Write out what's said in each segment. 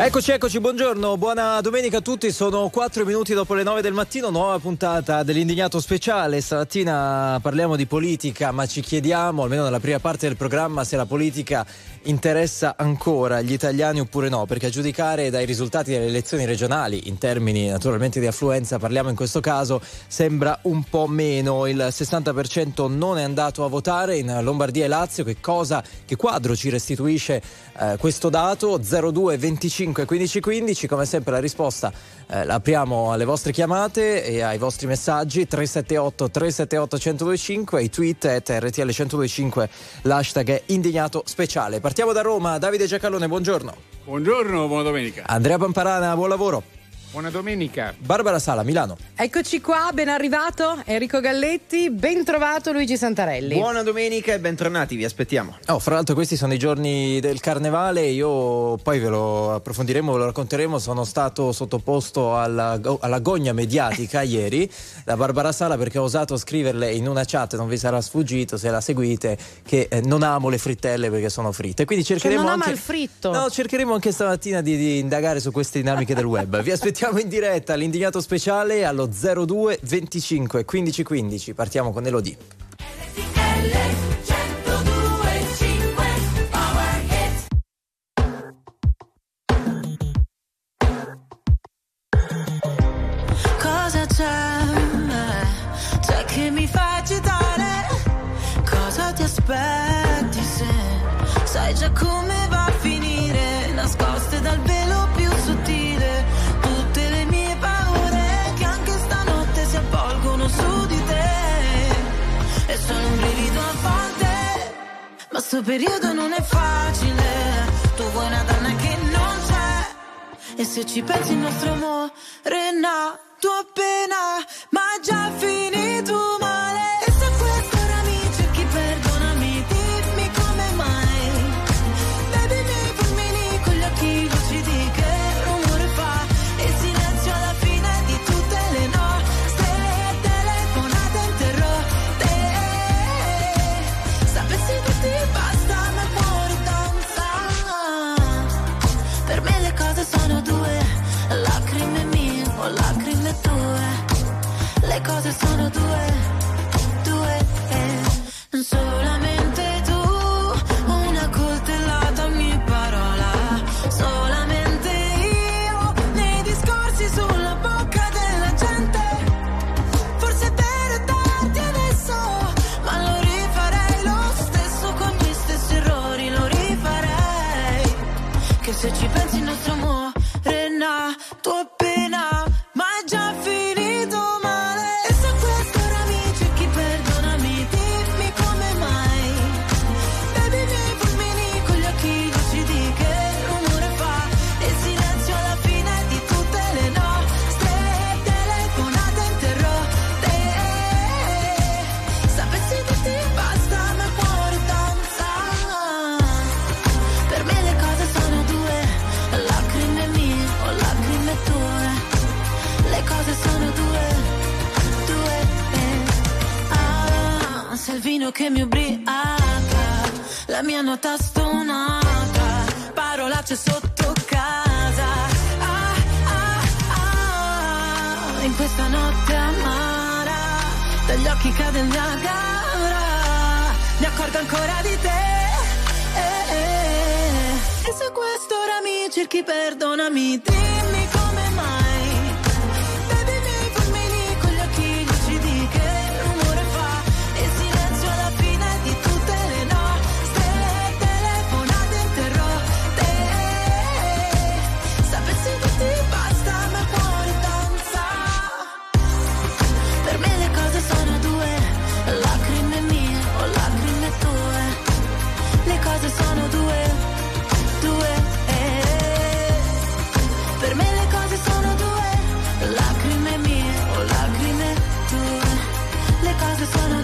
Eccoci, buongiorno, buona domenica a tutti, sono 4 minuti dopo le 9 del mattino, nuova puntata dell'Indignato Speciale. Stamattina parliamo di politica, ma ci chiediamo, almeno nella prima parte del programma, se la politica interessa ancora gli italiani oppure no, perché a giudicare dai risultati delle elezioni regionali, in termini naturalmente di affluenza parliamo in questo caso, sembra un po' meno. Il 60% non è andato a votare in Lombardia e Lazio. Che quadro ci restituisce questo dato? 02 25 15 15, come sempre la risposta la apriamo alle vostre chiamate e ai vostri messaggi 378 1025, i tweet @RTL 1025, l'hashtag è Indignato Speciale. Partiamo da Roma, Davide Giacalone, buongiorno. Buongiorno, buona domenica. Andrea Pamparana, buon lavoro. Buona domenica. Barbara Sala, Milano. Eccoci qua, ben arrivato Enrico Galletti, ben trovato Luigi Santarelli. Buona domenica e bentornati, vi aspettiamo. Fra l'altro questi sono i giorni del carnevale, io poi ve lo approfondiremo, ve lo racconteremo, sono stato sottoposto alla gogna mediatica ieri da Barbara Sala perché ho osato scriverle in una chat, non vi sarà sfuggito se la seguite, che non amo le frittelle perché sono fritte, quindi cercheremo non ama il fritto. No, cercheremo anche stamattina di indagare su queste dinamiche del web. Vi aspettiamo in diretta all'Indignato Speciale allo 02 25 15 15. Partiamo con Elodie. Cosa c'è che mi fa agitare? Cosa ti aspetti se sai già come va a finire? Nascoste dal velo più sottile tutte le mie paure che anche stanotte si avvolgono su di te. E sono un brivido a volte, ma sto periodo non è facile. Tu vuoi una donna che non c'è, e se ci pensi il nostro amore è nato appena, ma già finito male. E se a quest'ora mi cerchi, perdonami, dimmi come mai. Bevi i miei fulmini con gli occhi lucidi, che rumore fa il silenzio alla fine di tutte le nostre telefonate interrotte. Sapessi che ti basta, ma fuori danza. Per me le cose sono due, lacrime mie o lacrime tue. Le cose sono due, solamente tu, una coltellata ogni parola, solamente io, nei discorsi sulla bocca della gente. Forse per darti adesso, ma lo rifarei lo stesso con gli stessi errori, lo rifarei. Che se ci pensi il nostro amore è nato appena, ma è già finito male. E se a quest'ora mi cerchi, perdonami, dimmi come mai. Bevi i miei fulmini con gli occhi lucidi, che rumore fa il silenzio alla fine di tutte le nostre telefonate interrotte. Sapessi che ti basta, ma fuori danza. Per me le cose sono due, lacrime mie o lacrime tue. Le cose sono due. Se il vino che mi ubriaca, la mia nota stonata, parolacce sotto casa. In questa notte amara, dagli occhi cade il Niagara, mi accorgo ancora di te. E se a quest'ora mi cerchi, perdonami, dimmi come mai. Bevi i miei fulmini con gli occhi lucidi, che rumore fa il silenzio alla fine di tutte le nostre telefonate interrotte. Sapessi che ti basta, ma fuori danza. Per me le cose sono due, lacrime mie o lacrime tue. Le cose sono due. Per me le cose sono due, lacrime mie o lacrime tue. Le cose sono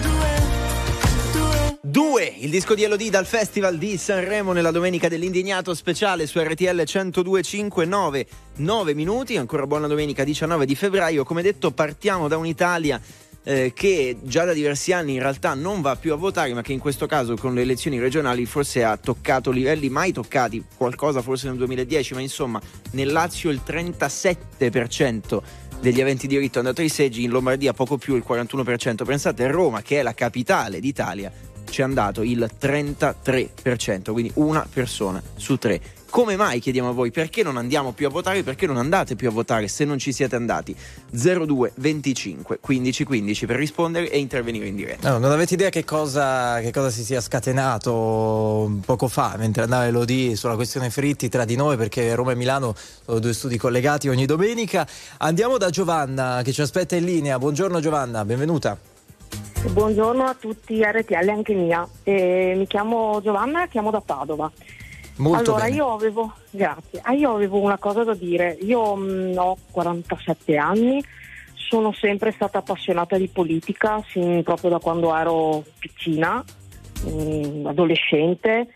Due, il disco di Elodie dal Festival di Sanremo nella domenica dell'Indignato Speciale su RTL 102.5, 9 minuti, ancora buona domenica 19 di febbraio. Come detto, partiamo da un'Italia che già da diversi anni in realtà non va più a votare, ma che in questo caso con le elezioni regionali forse ha toccato livelli mai toccati, qualcosa forse nel 2010, ma insomma nel Lazio il 37% degli aventi diritto è andato ai seggi, in Lombardia poco più, il 41%. Pensate, a Roma, che è la capitale d'Italia, c'è andato il 33%, quindi una persona su 3. Come mai, chiediamo a voi, perché non andiamo più a votare? Perché non andate più a votare se non ci siete andati? 02 25 15 15 per rispondere e intervenire in diretta. No, non avete idea che cosa si sia scatenato poco fa mentre andava Elodie sulla questione Fritti tra di noi, perché Roma e Milano sono due studi collegati ogni domenica. Andiamo da Giovanna che ci aspetta in linea. Buongiorno Giovanna, benvenuta. Buongiorno a tutti, RTL anche mia. Mi chiamo Giovanna, chiamo da Padova. Molto allora, bene. Io avevo una cosa da dire. Io ho 47 anni, sono sempre stata appassionata di politica, proprio da quando ero piccina, adolescente,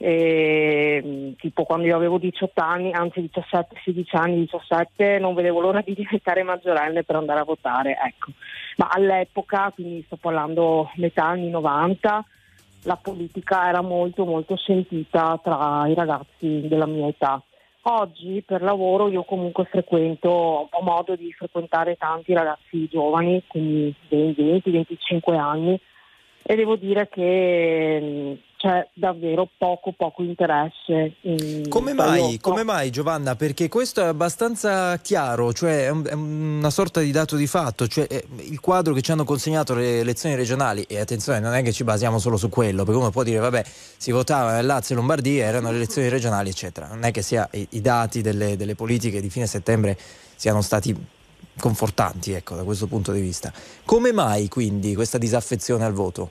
tipo quando io avevo 18 anni, anzi 17, 16 anni, 17, non vedevo l'ora di diventare maggiorenne per andare a votare, ecco. Ma all'epoca, quindi sto parlando metà anni 90, la politica era molto molto sentita tra i ragazzi della mia età. Oggi per lavoro io comunque ho modo di frequentare tanti ragazzi giovani, quindi 20-25 anni, e devo dire che c'è davvero poco interesse. Come mai Giovanna? Perché questo è abbastanza chiaro, cioè è una sorta di dato di fatto, cioè il quadro che ci hanno consegnato le elezioni regionali, e attenzione, non è che ci basiamo solo su quello, perché uno può dire vabbè, si votava nel Lazio e Lombardia, erano le elezioni regionali eccetera, non è che sia i dati delle politiche di fine settembre siano stati confortanti, ecco, da questo punto di vista. Come mai quindi questa disaffezione al voto?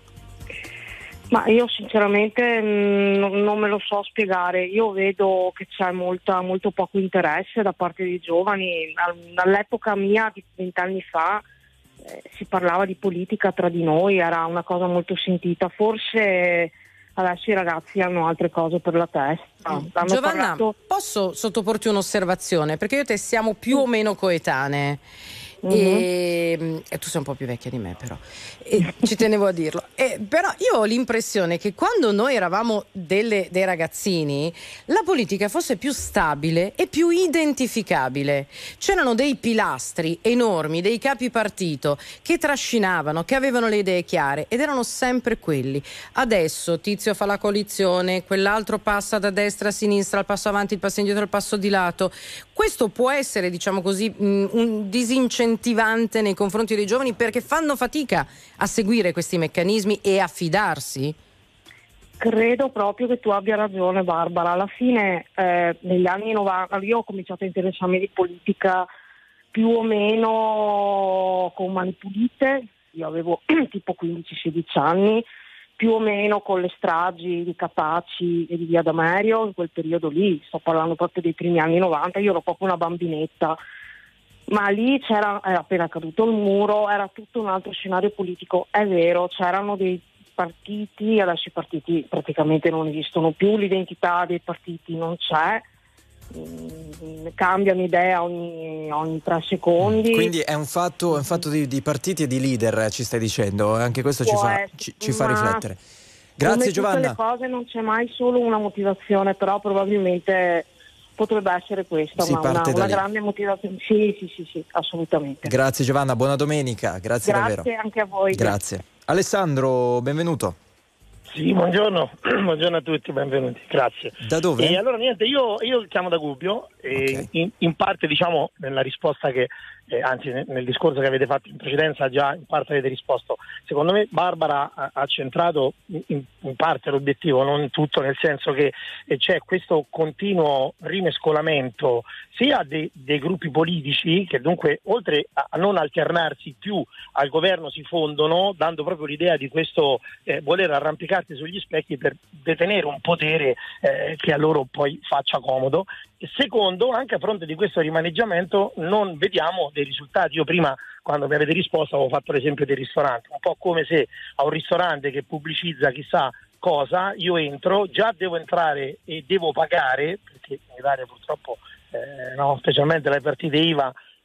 Ma io sinceramente non me lo so spiegare. Io vedo che c'è molto poco interesse da parte dei giovani. All'epoca mia, di 20 anni fa, si parlava di politica tra di noi, era una cosa molto sentita. Forse adesso i ragazzi hanno altre cose per la testa. Giovanna, posso sottoporti un'osservazione? Perché io e te siamo più o meno coetanee. E tu sei un po' più vecchia di me, però ci tenevo a dirlo. Però io ho l'impressione che quando noi eravamo dei ragazzini la politica fosse più stabile e più identificabile. C'erano dei pilastri enormi, dei capi partito che trascinavano, che avevano le idee chiare, ed erano sempre quelli. Adesso Tizio fa la coalizione, quell'altro passa da destra a sinistra, il passo avanti, il passo indietro, il passo di lato. Questo può essere, diciamo così, un disincentivante nei confronti dei giovani, perché fanno fatica a seguire questi meccanismi e a fidarsi? Credo proprio che tu abbia ragione, Barbara. Alla fine, negli anni 90, io ho cominciato a interessarmi di politica più o meno con mani pulite. Io avevo tipo 15-16 anni, più o meno con le stragi di Capaci e di Via D'Amelio, in quel periodo lì, sto parlando proprio dei primi anni 90, io ero proprio una bambinetta, ma lì era appena caduto il muro, era tutto un altro scenario politico. È vero, c'erano dei partiti, adesso i partiti praticamente non esistono più, l'identità dei partiti non c'è, cambiano idea ogni 3 secondi. Quindi è un fatto di partiti e di leader, ci stai dicendo, anche questo ci fa riflettere. Grazie Giovanna. Come tutte le cose non c'è mai solo una motivazione, però probabilmente potrebbe essere questa una grande motivazione. Sì, assolutamente. Grazie Giovanna, buona domenica. Grazie davvero. Grazie anche a voi. Grazie. Alessandro, benvenuto. Sì, buongiorno a tutti, benvenuti, grazie. Da dove? Allora niente, io chiamo da Gubbio, okay. in parte diciamo nella risposta che, anzi nel discorso che avete fatto in precedenza già in parte avete risposto. Secondo me Barbara ha centrato in parte l'obiettivo, non tutto, nel senso che c'è questo continuo rimescolamento sia dei gruppi politici che dunque oltre a non alternarsi più al governo si fondono, dando proprio l'idea di questo voler arrampicarsi sugli specchi per detenere un potere che a loro poi faccia comodo. E secondo, anche a fronte di questo rimaneggiamento non vediamo dei risultati. Io prima, quando mi avete risposto, avevo fatto l'esempio del ristorante, un po' come se a un ristorante che pubblicizza chissà cosa, io entro, già devo entrare e devo pagare, perché in Italia purtroppo specialmente le partite IVA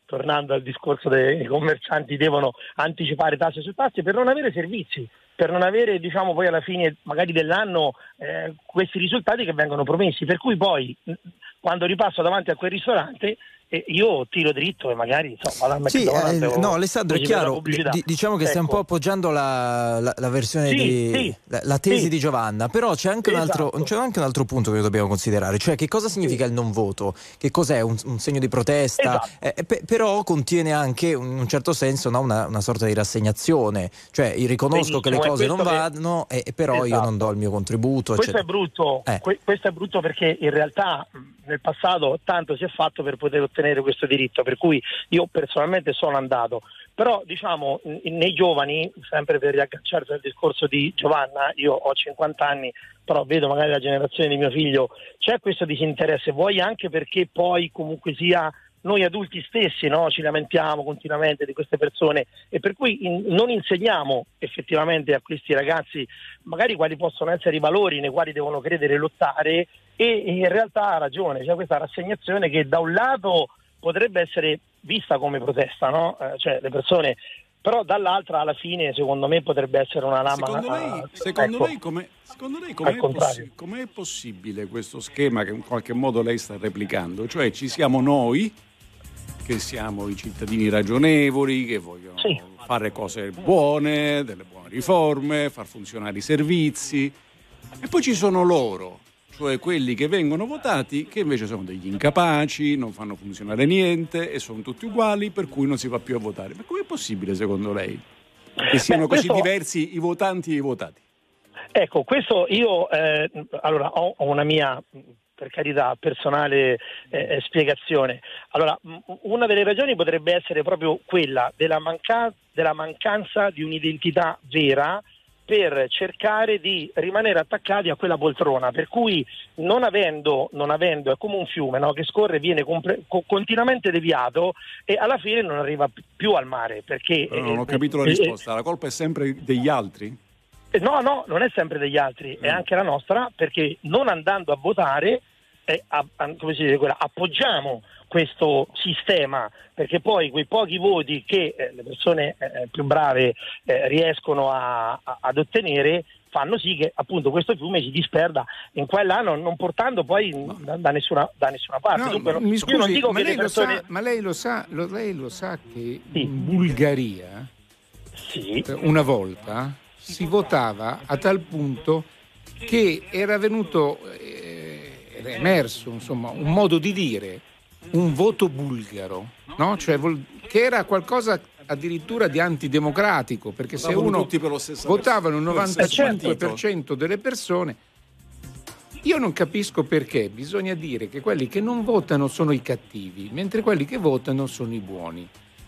tornando al discorso dei commercianti, devono anticipare tasse su tasse per non avere servizi, per non avere, diciamo, poi alla fine magari dell'anno questi risultati che vengono promessi, per cui poi quando ripasso davanti a quel ristorante io tiro dritto e magari vado al McDonald's. No, Alessandro, è chiaro, diciamo che stai un po' appoggiando la versione la tesi di Giovanna, però c'è anche un altro punto che dobbiamo considerare, cioè che cosa significa il non voto, che cos'è un segno di protesta, però contiene anche in un certo senso una sorta di rassegnazione, cioè io riconosco che le cose non vanno però io non do il mio contributo. Questo è brutto, questo è brutto perché in realtà nel passato tanto si è fatto per poter ottenere questo diritto, per cui io personalmente sono andato, però diciamo nei giovani, sempre per riagganciarsi al discorso di Giovanna, io ho 50 anni, però vedo magari la generazione di mio figlio, c'è questo disinteresse, vuoi anche perché poi comunque sia noi adulti stessi, no, ci lamentiamo continuamente di queste persone e per cui non insegniamo effettivamente a questi ragazzi magari quali possono essere i valori nei quali devono credere e lottare, e in realtà ha ragione, c'è questa rassegnazione che da un lato potrebbe essere vista come protesta, no? Cioè le persone, però dall'altra alla fine secondo me potrebbe essere una lama. Secondo lei com'è possibile questo schema che in qualche modo lei sta replicando? Cioè ci siamo noi che siamo i cittadini ragionevoli, che vogliono fare cose buone, delle buone riforme, far funzionare i servizi, e poi ci sono loro, cioè quelli che vengono votati, che invece sono degli incapaci, non fanno funzionare niente e sono tutti uguali, per cui non si va più a votare. Ma com'è possibile secondo lei che siano così diversi i votanti e i votati? Ecco, questo io allora ho una mia, per carità, personale spiegazione. Allora, una delle ragioni potrebbe essere proprio quella della mancanza di un'identità vera, per cercare di rimanere attaccati a quella poltrona, per cui non avendo è come un fiume, no? Che scorre, viene continuamente deviato e alla fine non arriva più al mare, perché non ho capito la risposta. La colpa è sempre degli altri? No, non è sempre degli altri, è anche la nostra, perché non andando a votare come si dice, appoggiamo questo sistema, perché poi quei pochi voti che le persone più brave riescono ad ottenere fanno sì che appunto questo fiume si disperda in qua e là, non portando poi da nessuna parte. No, dunque, mi scusi, io non dico ma che lei, le persone... lei lo sa che in Bulgaria una volta si votava a tal punto che era venuto era emerso insomma un modo di dire, un voto bulgaro, no? Cioè che era qualcosa addirittura di antidemocratico, perché se uno votavano il 95% delle persone, io non capisco perché bisogna dire che quelli che non votano sono i cattivi, mentre quelli che votano sono i buoni.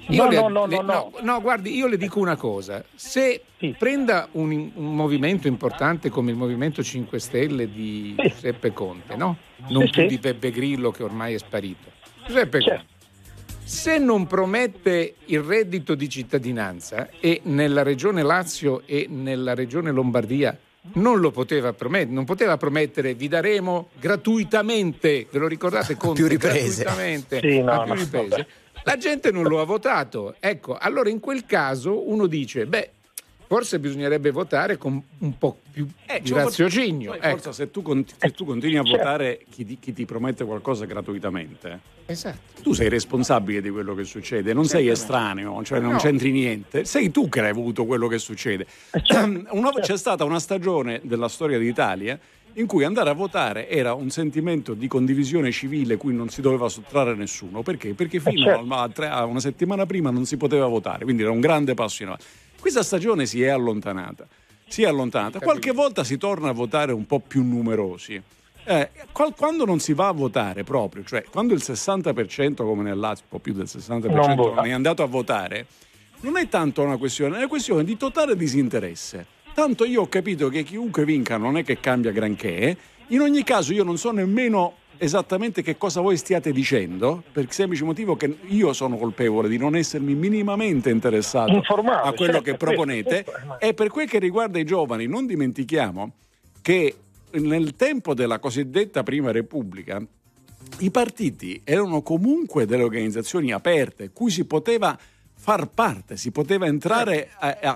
No, guardi, io le dico una cosa: se prenda un movimento importante come il Movimento 5 Stelle di Giuseppe Conte, no? Non più di Beppe Grillo che ormai è sparito. Giuseppe Conte, se non promette il reddito di cittadinanza, e nella regione Lazio e nella regione Lombardia non lo poteva promettere, non poteva promettere vi daremo gratuitamente, ve lo ricordate, Conte? Più riprese. Gratuitamente, più riprese. La gente non lo ha votato. Ecco, allora in quel caso uno dice, forse bisognerebbe votare con un po' più di raziocinio. Forza, se tu continui a votare chi ti promette qualcosa gratuitamente, esatto, tu sei responsabile di quello che succede, non sei estraneo, cioè non c'entri niente, sei tu che hai avuto quello che succede. C'è stata una stagione della storia d'Italia in cui andare a votare era un sentimento di condivisione civile cui non si doveva sottrarre nessuno. Perché? Perché fino a una settimana prima non si poteva votare, quindi era un grande passo in avanti. Questa stagione si è allontanata. Qualche volta si torna a votare un po' più numerosi. Quando non si va a votare proprio, cioè quando il 60%, come nel Lazio, un po' più del 60% non è andato a votare, non è tanto una questione, è una questione di totale disinteresse. Tanto io ho capito che chiunque vinca non è che cambia granché. In ogni caso io non so nemmeno esattamente che cosa voi stiate dicendo, per il semplice motivo che io sono colpevole di non essermi minimamente interessato a quello che proponete. E per quel che riguarda i giovani, non dimentichiamo che nel tempo della cosiddetta Prima Repubblica i partiti erano comunque delle organizzazioni aperte, cui si poteva far parte, si poteva entrare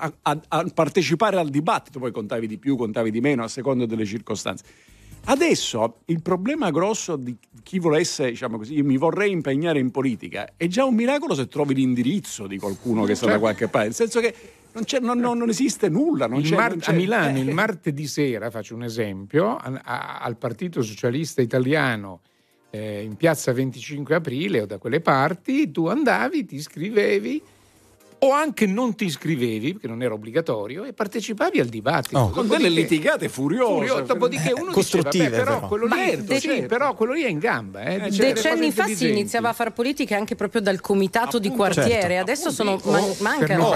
a partecipare al dibattito, poi contavi di più, contavi di meno a seconda delle circostanze. Adesso il problema grosso di chi volesse, diciamo così, io mi vorrei impegnare in politica, è già un miracolo se trovi l'indirizzo di qualcuno che sta da qualche parte, nel senso che non esiste nulla. A Milano il martedì sera, faccio un esempio, al Partito Socialista Italiano in piazza 25 aprile o da quelle parti, tu andavi, ti iscrivevi o anche non ti iscrivevi perché non era obbligatorio e partecipavi al dibattito con delle litigate furiose. Dopodiché uno costruttive, diceva, però quello lì però quello lì è in gamba. Decenni fa si iniziava a fare politica anche proprio dal comitato di quartiere, adesso mancano.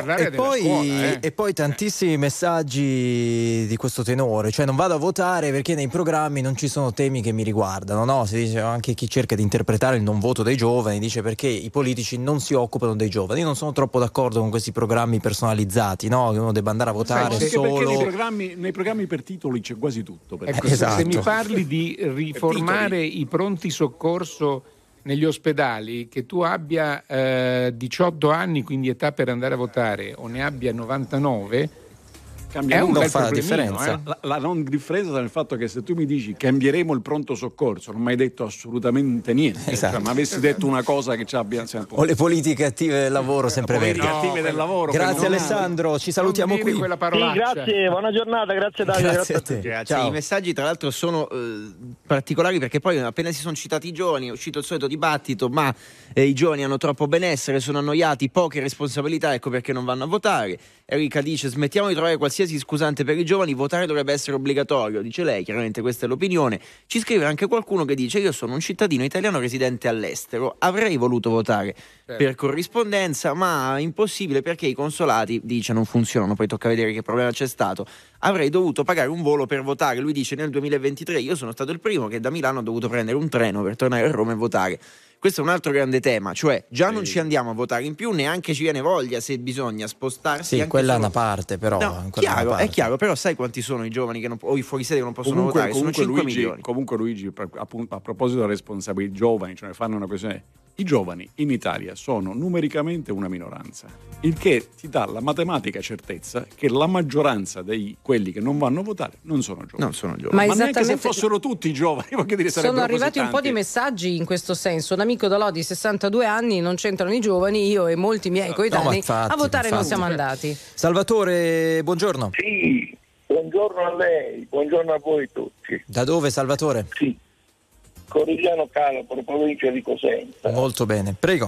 E poi tantissimi messaggi di questo tenore, cioè non vado a votare perché nei programmi non ci sono temi che mi riguardano, no? Si dice, anche chi cerca di interpretare il non voto dei giovani dice perché i politici non si occupano dei giovani. Io non sono troppo d'accordo con questi programmi personalizzati, no? Che uno debba andare a votare solo perché nei programmi per titoli c'è quasi tutto. Esatto. Se mi parli di riformare i pronti soccorso negli ospedali, che tu abbia 18 anni, quindi età per andare a votare, o ne abbia 99, è un bel fa la problemino, differenza. La non differenza sta nel fatto che se tu mi dici cambieremo il pronto soccorso, non mi hai detto assolutamente niente. Esatto. Cioè, ma avessi detto una cosa che ci abbia o le politiche attive del lavoro sempre vere. Attive del lavoro. Grazie Alessandro, ci salutiamo qui. Quella Sì, grazie, buona giornata, grazie Davide. Grazie a te. Grazie. Ciao. I messaggi tra l'altro sono particolari perché poi appena si sono citati i giovani è uscito il solito dibattito, ma i giovani hanno troppo benessere, sono annoiati, poche responsabilità, ecco perché non vanno a votare. Enrica dice smettiamo di trovare qualsiasi scusante per i giovani, votare dovrebbe essere obbligatorio, dice lei, chiaramente questa è l'opinione. Ci scrive anche qualcuno che dice io sono un cittadino italiano residente all'estero, avrei voluto votare per corrispondenza ma impossibile perché i consolati, dice, non funzionano, poi tocca vedere che problema c'è stato, avrei dovuto pagare un volo per votare. Lui dice nel 2023 io sono stato il primo che da Milano ha dovuto prendere un treno per tornare a Roma e votare. Questo è un altro grande tema, cioè già non ci andiamo a votare, in più neanche ci viene voglia se bisogna spostarsi. Sì, anche quella è solo... una parte però. No, è chiaro, però sai quanti sono i giovani che o i fuorisede che non possono votare? Sono 5 milioni. Comunque Luigi, appunto, a proposito della responsabilità, i giovani, cioè fanno una questione. I giovani in Italia sono numericamente una minoranza, il che ti dà la matematica certezza che la maggioranza di quelli che non vanno a votare non sono giovani. Non sono giovani. Ma neanche se fossero tutti giovani, voglio dire, sono arrivati un po' di messaggi in questo senso. Un amico da Lodi, 62 anni, non c'entrano i giovani, io e molti miei coetanei a votare non siamo andati. Salvatore, buongiorno. Sì, buongiorno a lei, buongiorno a voi tutti. Da dove, Salvatore? Sì, Corigliano Calabro, provincia di Cosenza. Molto bene, prego.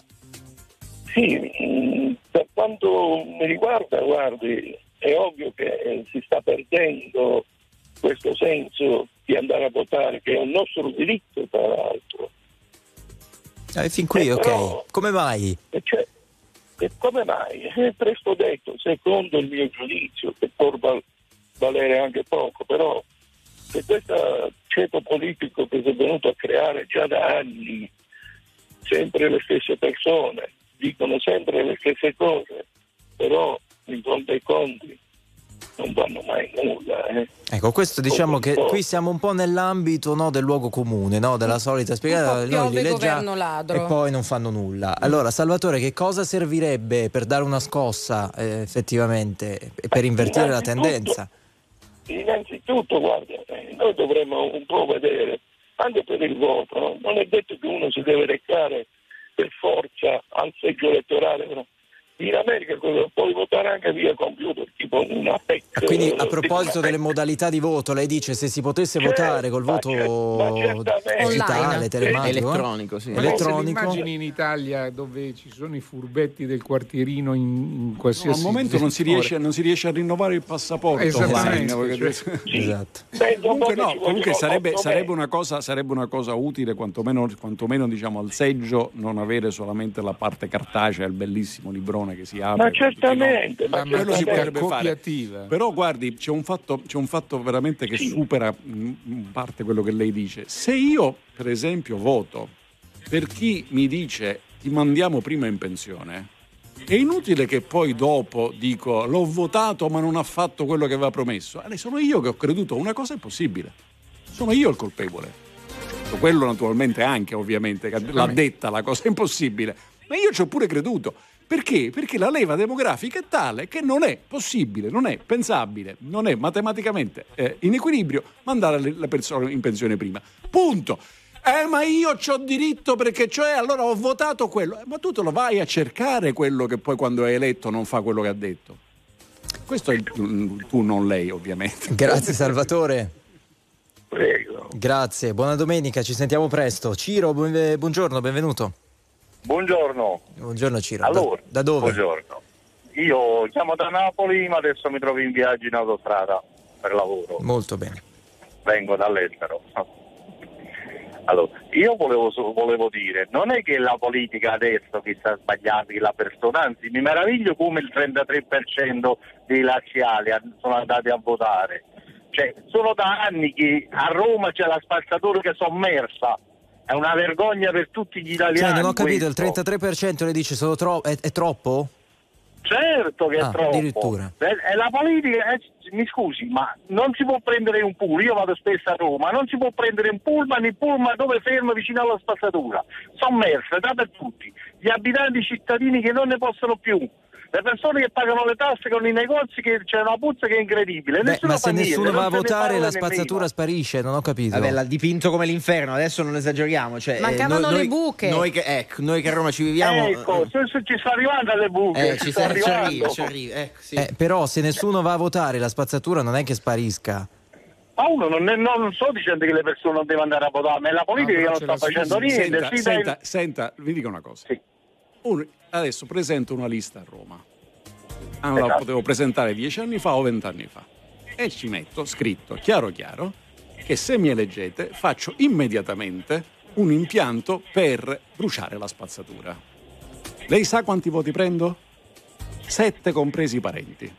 Sì, per quanto mi riguarda, guardi, è ovvio che si sta perdendo questo senso di andare a votare, che è un nostro diritto, tra l'altro. Fin qui, ok. Però, come mai? Come mai? È presto detto, secondo il mio giudizio, che può valere anche poco, però che questo ceto politico che si è venuto a creare già da anni, sempre le stesse persone, dicono sempre le stesse cose, però in fondo ai conti non vanno mai nulla. Ecco, questo diciamo che qui siamo un po' nell'ambito, no, del luogo comune, no, della solita spiegata, noi li leggiamo e poi non fanno nulla. Allora, Salvatore, che cosa servirebbe per dare una scossa effettivamente per invertire la tendenza? Innanzitutto, guarda, noi dovremmo un po' vedere, anche per il voto, no? Non è detto che uno si deve recare per forza al seggio elettorale, no? In America puoi votare anche via computer, tipo una PEC. Quindi a proposito delle modalità di voto, lei dice se si potesse votare col voto digitale, telematico, elettronico, sì. Elettronico. Immagini in Italia dove ci sono i furbetti del quartierino in qualsiasi al momento non si riesce a rinnovare il passaporto. Esattamente. Esatto. Comunque sarebbe una cosa utile, quantomeno diciamo al seggio, non avere solamente la parte cartacea, il bellissimo librone che si apre. Ma certamente, quello si potrebbe fare. Però guardi, c'è un fatto veramente che supera in parte quello che lei dice. Se io, per esempio, voto per chi mi dice ti mandiamo prima in pensione, è inutile che poi dopo dico l'ho votato ma non ha fatto quello che aveva promesso. Sono io che ho creduto una cosa impossibile. Sono io il colpevole. certo, quello naturalmente anche, ovviamente, l'ha detta la cosa impossibile, ma io ci ho pure creduto. Perché? Perché la leva demografica è tale che non è possibile, non è pensabile, non è matematicamente in equilibrio mandare le persone in pensione prima. Punto. Ma io c'ho diritto perché allora ho votato quello. Ma tu te lo vai a cercare quello che poi quando è eletto non fa quello che ha detto. Questo è tu, non lei, ovviamente. Grazie Salvatore. Prego. Grazie, buona domenica, ci sentiamo presto. Ciro, buongiorno, benvenuto. Buongiorno Ciro. Allora, da dove? Buongiorno. Io chiamo da Napoli, ma adesso mi trovo in viaggio in autostrada per lavoro. Molto bene. Vengo dall'estero. Allora, io volevo dire, non è che la politica adesso che sta sbagliando la persona, anzi mi meraviglio come il 33% dei laziali sono andati a votare. Cioè, sono da anni che a Roma c'è la spazzatura che è sommersa. È una vergogna per tutti gli italiani. Non ho capito, questo. Il 33% le dice è troppo? Certo che è troppo. Addirittura. È la politica, mi scusi, ma non si può prendere un pullman, io vado spesso a Roma, non si può prendere un pullman, il pullman dove fermo vicino alla spazzatura, sommerse dappertutto, gli abitanti cittadini che non ne possono più. Le persone che pagano le tasse con i negozi, che c'è una puzza che è incredibile. Ma se nessuno va a votare la spazzatura sparisce, non ho capito. Vabbè, l'ha dipinto come l'inferno, adesso non esageriamo. Cioè, mancavano le buche. Noi che a Roma ci viviamo. Ecco, ci sta arrivando alle buche. Ci arriva. Sì. Però se nessuno va a votare la spazzatura non è che sparisca. Ma uno non sto dicendo che le persone non devono andare a votare, ma è la politica che non sta facendo niente. Senta, vi dico una cosa. Sì. Adesso presento una lista a Roma. La potevo presentare 10 anni fa o 20 anni fa. E ci metto scritto chiaro che se mi eleggete faccio immediatamente un impianto per bruciare la spazzatura. Lei sa quanti voti prendo? 7 compresi i parenti.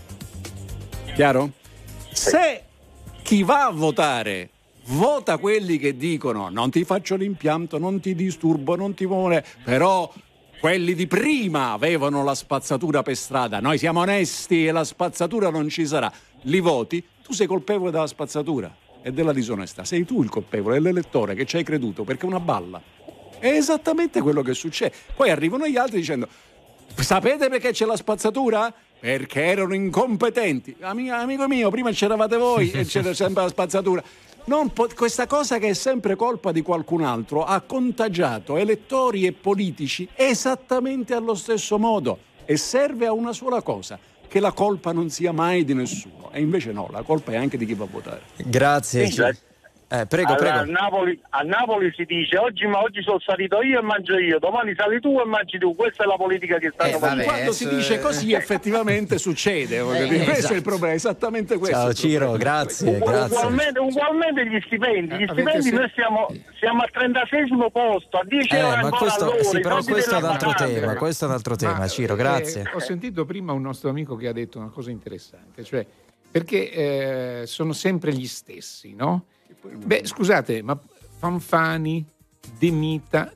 Chiaro? Se chi va a votare vota quelli che dicono non ti faccio l'impianto, non ti disturbo, non ti muore, però quelli di prima avevano la spazzatura per strada, noi siamo onesti e la spazzatura non ci sarà, li voti, tu sei colpevole della spazzatura e della disonestà, sei tu il colpevole, è l'elettore che ci hai creduto perché è una balla. È esattamente quello che succede. Poi arrivano gli altri dicendo sapete perché c'è la spazzatura? Perché erano incompetenti. Amico mio, prima c'eravate voi e c'era sempre la spazzatura. Questa cosa che è sempre colpa di qualcun altro ha contagiato elettori e politici esattamente allo stesso modo e serve a una sola cosa, che la colpa non sia mai di nessuno, e invece no, la colpa è anche di chi va a votare. Grazie. Prego. A Napoli si dice oggi sono salito io e mangio io, domani sali tu e mangi tu. Questa è la politica che stanno facendo. Quando si dice così effettivamente succede. Questo è il problema, esattamente questo. Ciao Ciro, grazie. Ugualmente gli stipendi. Noi siamo al 36esimo posto, a 10 euro ancora all'ora. Sì, però questo è un altro tema. Ciro, grazie. Ho sentito prima un nostro amico che ha detto una cosa interessante, cioè perché sono sempre gli stessi, no? Scusate, ma Fanfani, De Mita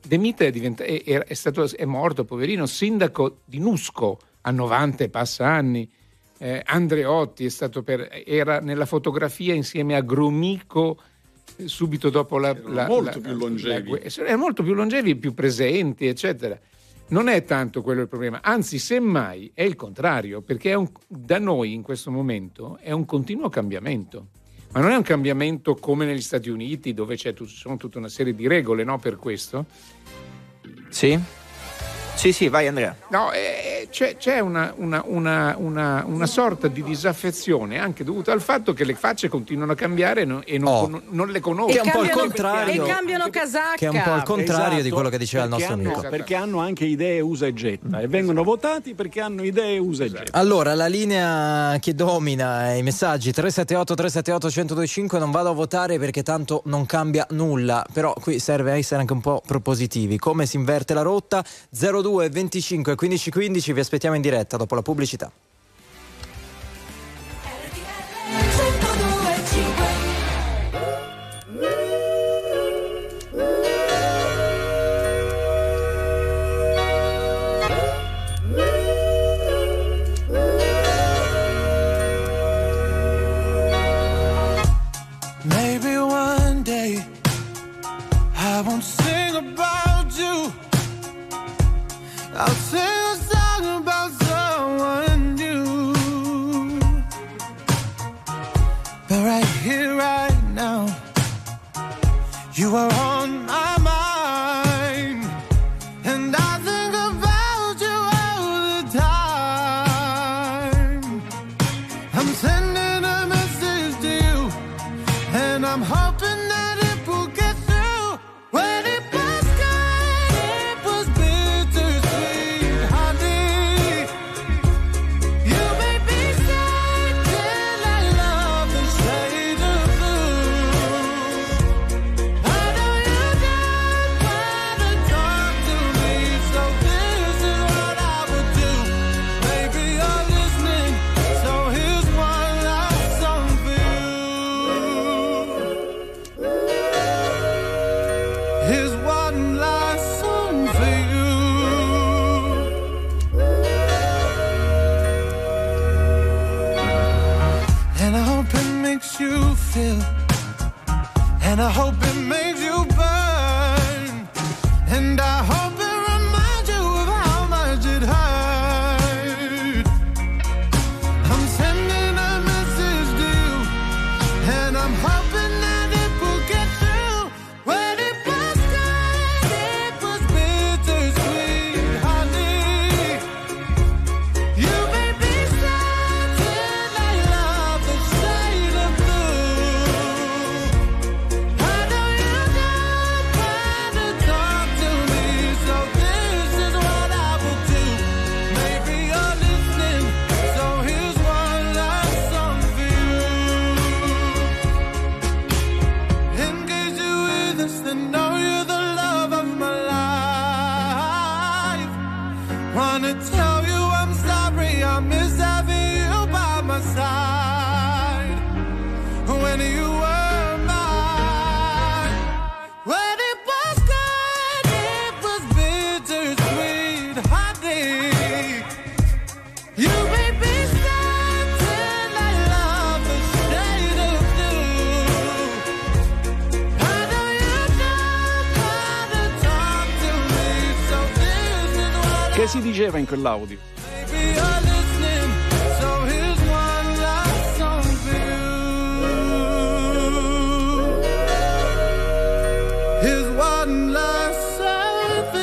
è morto, poverino, sindaco di Nusco a 90 e passa anni. Andreotti era nella fotografia insieme a Gromyko subito dopo più longevi. È molto più longevi, più presenti, eccetera. Non è tanto quello il problema, anzi semmai è il contrario, perché da noi in questo momento è un continuo cambiamento. Ma non è un cambiamento come negli Stati Uniti, dove sono tutta una serie di regole, no, per questo? Sì, vai Andrea. No, c'è una sorta di disaffezione anche dovuta al fatto che le facce continuano a cambiare e non le conosco. Che è un po' il contrario. E cambiano casacca. Che è un po' il contrario di quello che diceva il nostro amico. Perché hanno anche idee usa e getta e vengono votati perché hanno idee usa e getta. Allora, la linea che domina i messaggi 378-378-1025, non vado a votare perché tanto non cambia nulla, però qui serve essere anche un po' propositivi. Come si inverte la rotta? 02 25 15 15, vi aspettiamo in diretta dopo la pubblicità. Maybe one day You are on my mind, and I think about you all the time. I'm sending a message to you, and I'm hoping that it will get through. When it was good, it was bittersweet, honey. You made me sad till I love the shade of blue. I know you don't wanna talk to me, so this is what I would do. Maybe you're listening, so here's one last song for you. Here's one last song for you. And I hope it makes you feel, and I hope it makes you burn, and I hope it reminds you of how much it hurt. I'm sending a message to you, and I'm hoping that it will get through. When it was good, it was bittersweet, honey. You made me sad till I love the shade of blue. I know you don't wanna talk to me, so this is what I will do. Maybe you're listening, so here's one last song for you. In case you're with us, then know you're the love of my life. Wanna tell you I'm sorry, I miss having you by my side. When you were mine, when it was good, it was bittersweet, honey. You made me sad till I love the shade of blue. I know you don't wanna talk to me, so this is what Che si diceva in quell'audio? maybe you're listening, so here's one last song for you. Here's one last song for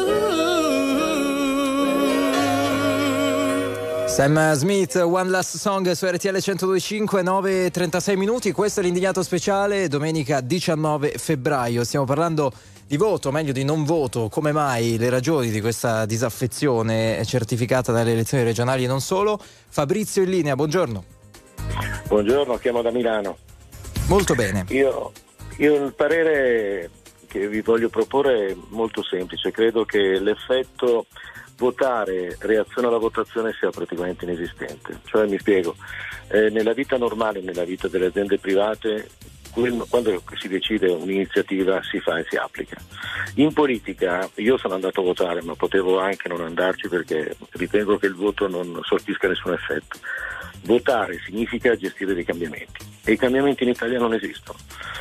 you. Sam Smith, One Last Song su RTL 102.5, 9:36 minuti. Questo è l'Indignato Speciale, domenica 19 febbraio. Stiamo parlando di voto, meglio di non voto. Come mai? Le ragioni di questa disaffezione certificata dalle elezioni regionali e non solo. Fabrizio in linea, buongiorno. Buongiorno, chiamo da Milano. Molto bene. Io il parere che vi voglio proporre è molto semplice. Credo che l'effetto votare, reazione alla votazione sia praticamente inesistente. Cioè, mi spiego, nella vita normale, nella vita delle aziende private, quando si decide un'iniziativa si fa e si applica. In politica io sono andato a votare, ma potevo anche non andarci perché ritengo che il voto non sortisca nessun effetto. Votare significa gestire dei cambiamenti e i cambiamenti in Italia non esistono.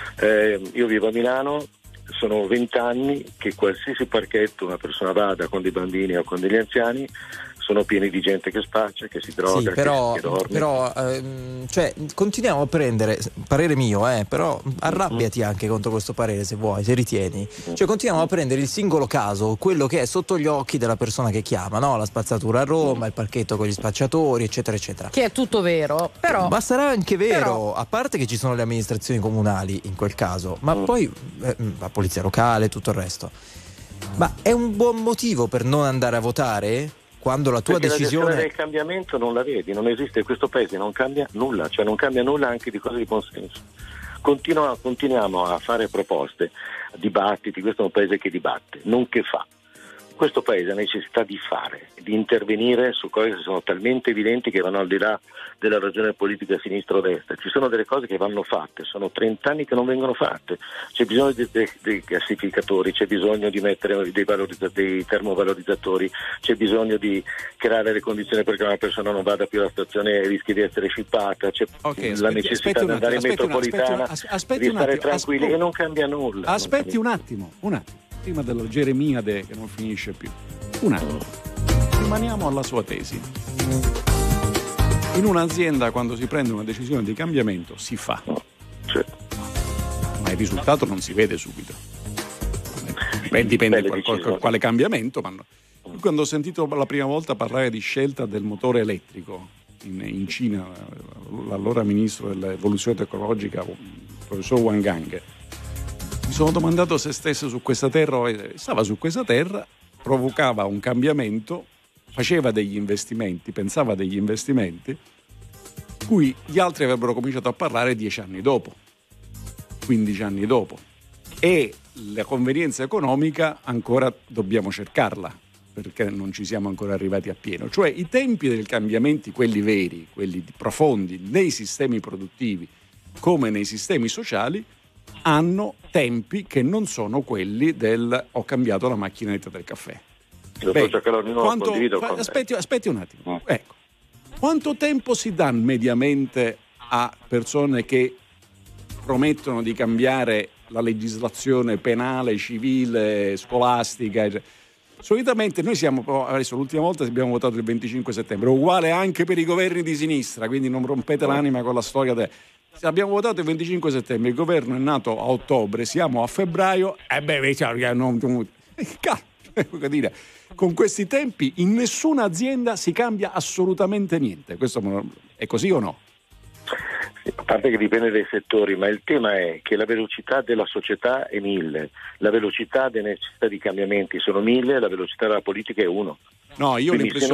Io vivo a Milano, sono 20 anni che qualsiasi parchetto una persona vada con dei bambini o con degli anziani sono pieni di gente che spaccia, che si droga, sì, che dorme. Però cioè, continuiamo a prendere, parere mio, però arrabbiati anche contro questo parere se vuoi, se ritieni. Cioè continuiamo a prendere il singolo caso, quello che è sotto gli occhi della persona che chiama, no? La spazzatura a Roma, il parchetto con gli spacciatori, eccetera, eccetera. Che è tutto vero, però... Ma sarà anche vero, a parte che ci sono le amministrazioni comunali in quel caso, ma poi la polizia locale e tutto il resto. Ma è un buon motivo per non andare a votare? Quando la tua Perché decisione... la gestione del cambiamento non la vedi, non esiste, questo paese non cambia nulla, cioè non cambia nulla anche di cose di consenso. Continuiamo a fare proposte, dibattiti, questo è un paese che dibatte, non che fa. Questo paese ha necessità di fare, di intervenire su cose che sono talmente evidenti che vanno al di là della ragione politica sinistra o destra. Ci sono delle cose che vanno fatte, sono 30 anni che non vengono fatte. C'è bisogno dei gassificatori, c'è bisogno di mettere dei termovalorizzatori, c'è bisogno di creare le condizioni perché una persona non vada più alla stazione e rischi di essere scippata, c'è la necessità di andare in metropolitana, di stare tranquilli e non cambia nulla. Aspetti un attimo. Prima della Geremiade che non finisce più. Un attimo. Rimaniamo alla sua tesi. In un'azienda quando si prende una decisione di cambiamento si fa. ma il risultato non si vede subito. Dipende quale cambiamento. Ma quando ho sentito la prima volta parlare di scelta del motore elettrico in Cina, l'allora ministro dell'evoluzione tecnologica, il professor Wang Gang, mi sono domandato se stesse su questa terra, stava su questa terra, provocava un cambiamento, faceva degli investimenti, pensava degli investimenti, cui gli altri avrebbero cominciato a parlare 10 anni dopo, 15 anni dopo. E la convenienza economica ancora dobbiamo cercarla, perché non ci siamo ancora arrivati appieno. Cioè i tempi dei cambiamenti, quelli veri, quelli profondi, nei sistemi produttivi come nei sistemi sociali, hanno tempi che non sono quelli del ho cambiato la macchinetta del caffè. Aspetti un attimo. Ecco. Quanto tempo si dà mediamente a persone che promettono di cambiare la legislazione penale, civile, scolastica? Solitamente noi adesso l'ultima volta abbiamo votato il 25 settembre, uguale anche per i governi di sinistra, quindi non rompete l'anima con la storia. Abbiamo votato il 25 settembre, il governo è nato a ottobre, siamo a febbraio, con questi tempi in nessuna azienda si cambia assolutamente niente. Questo è così o no? A parte che dipende dai settori, ma il tema è che la velocità della società è 1000, la velocità delle necessità di cambiamenti sono 1000, la velocità della politica è 1. No, io ho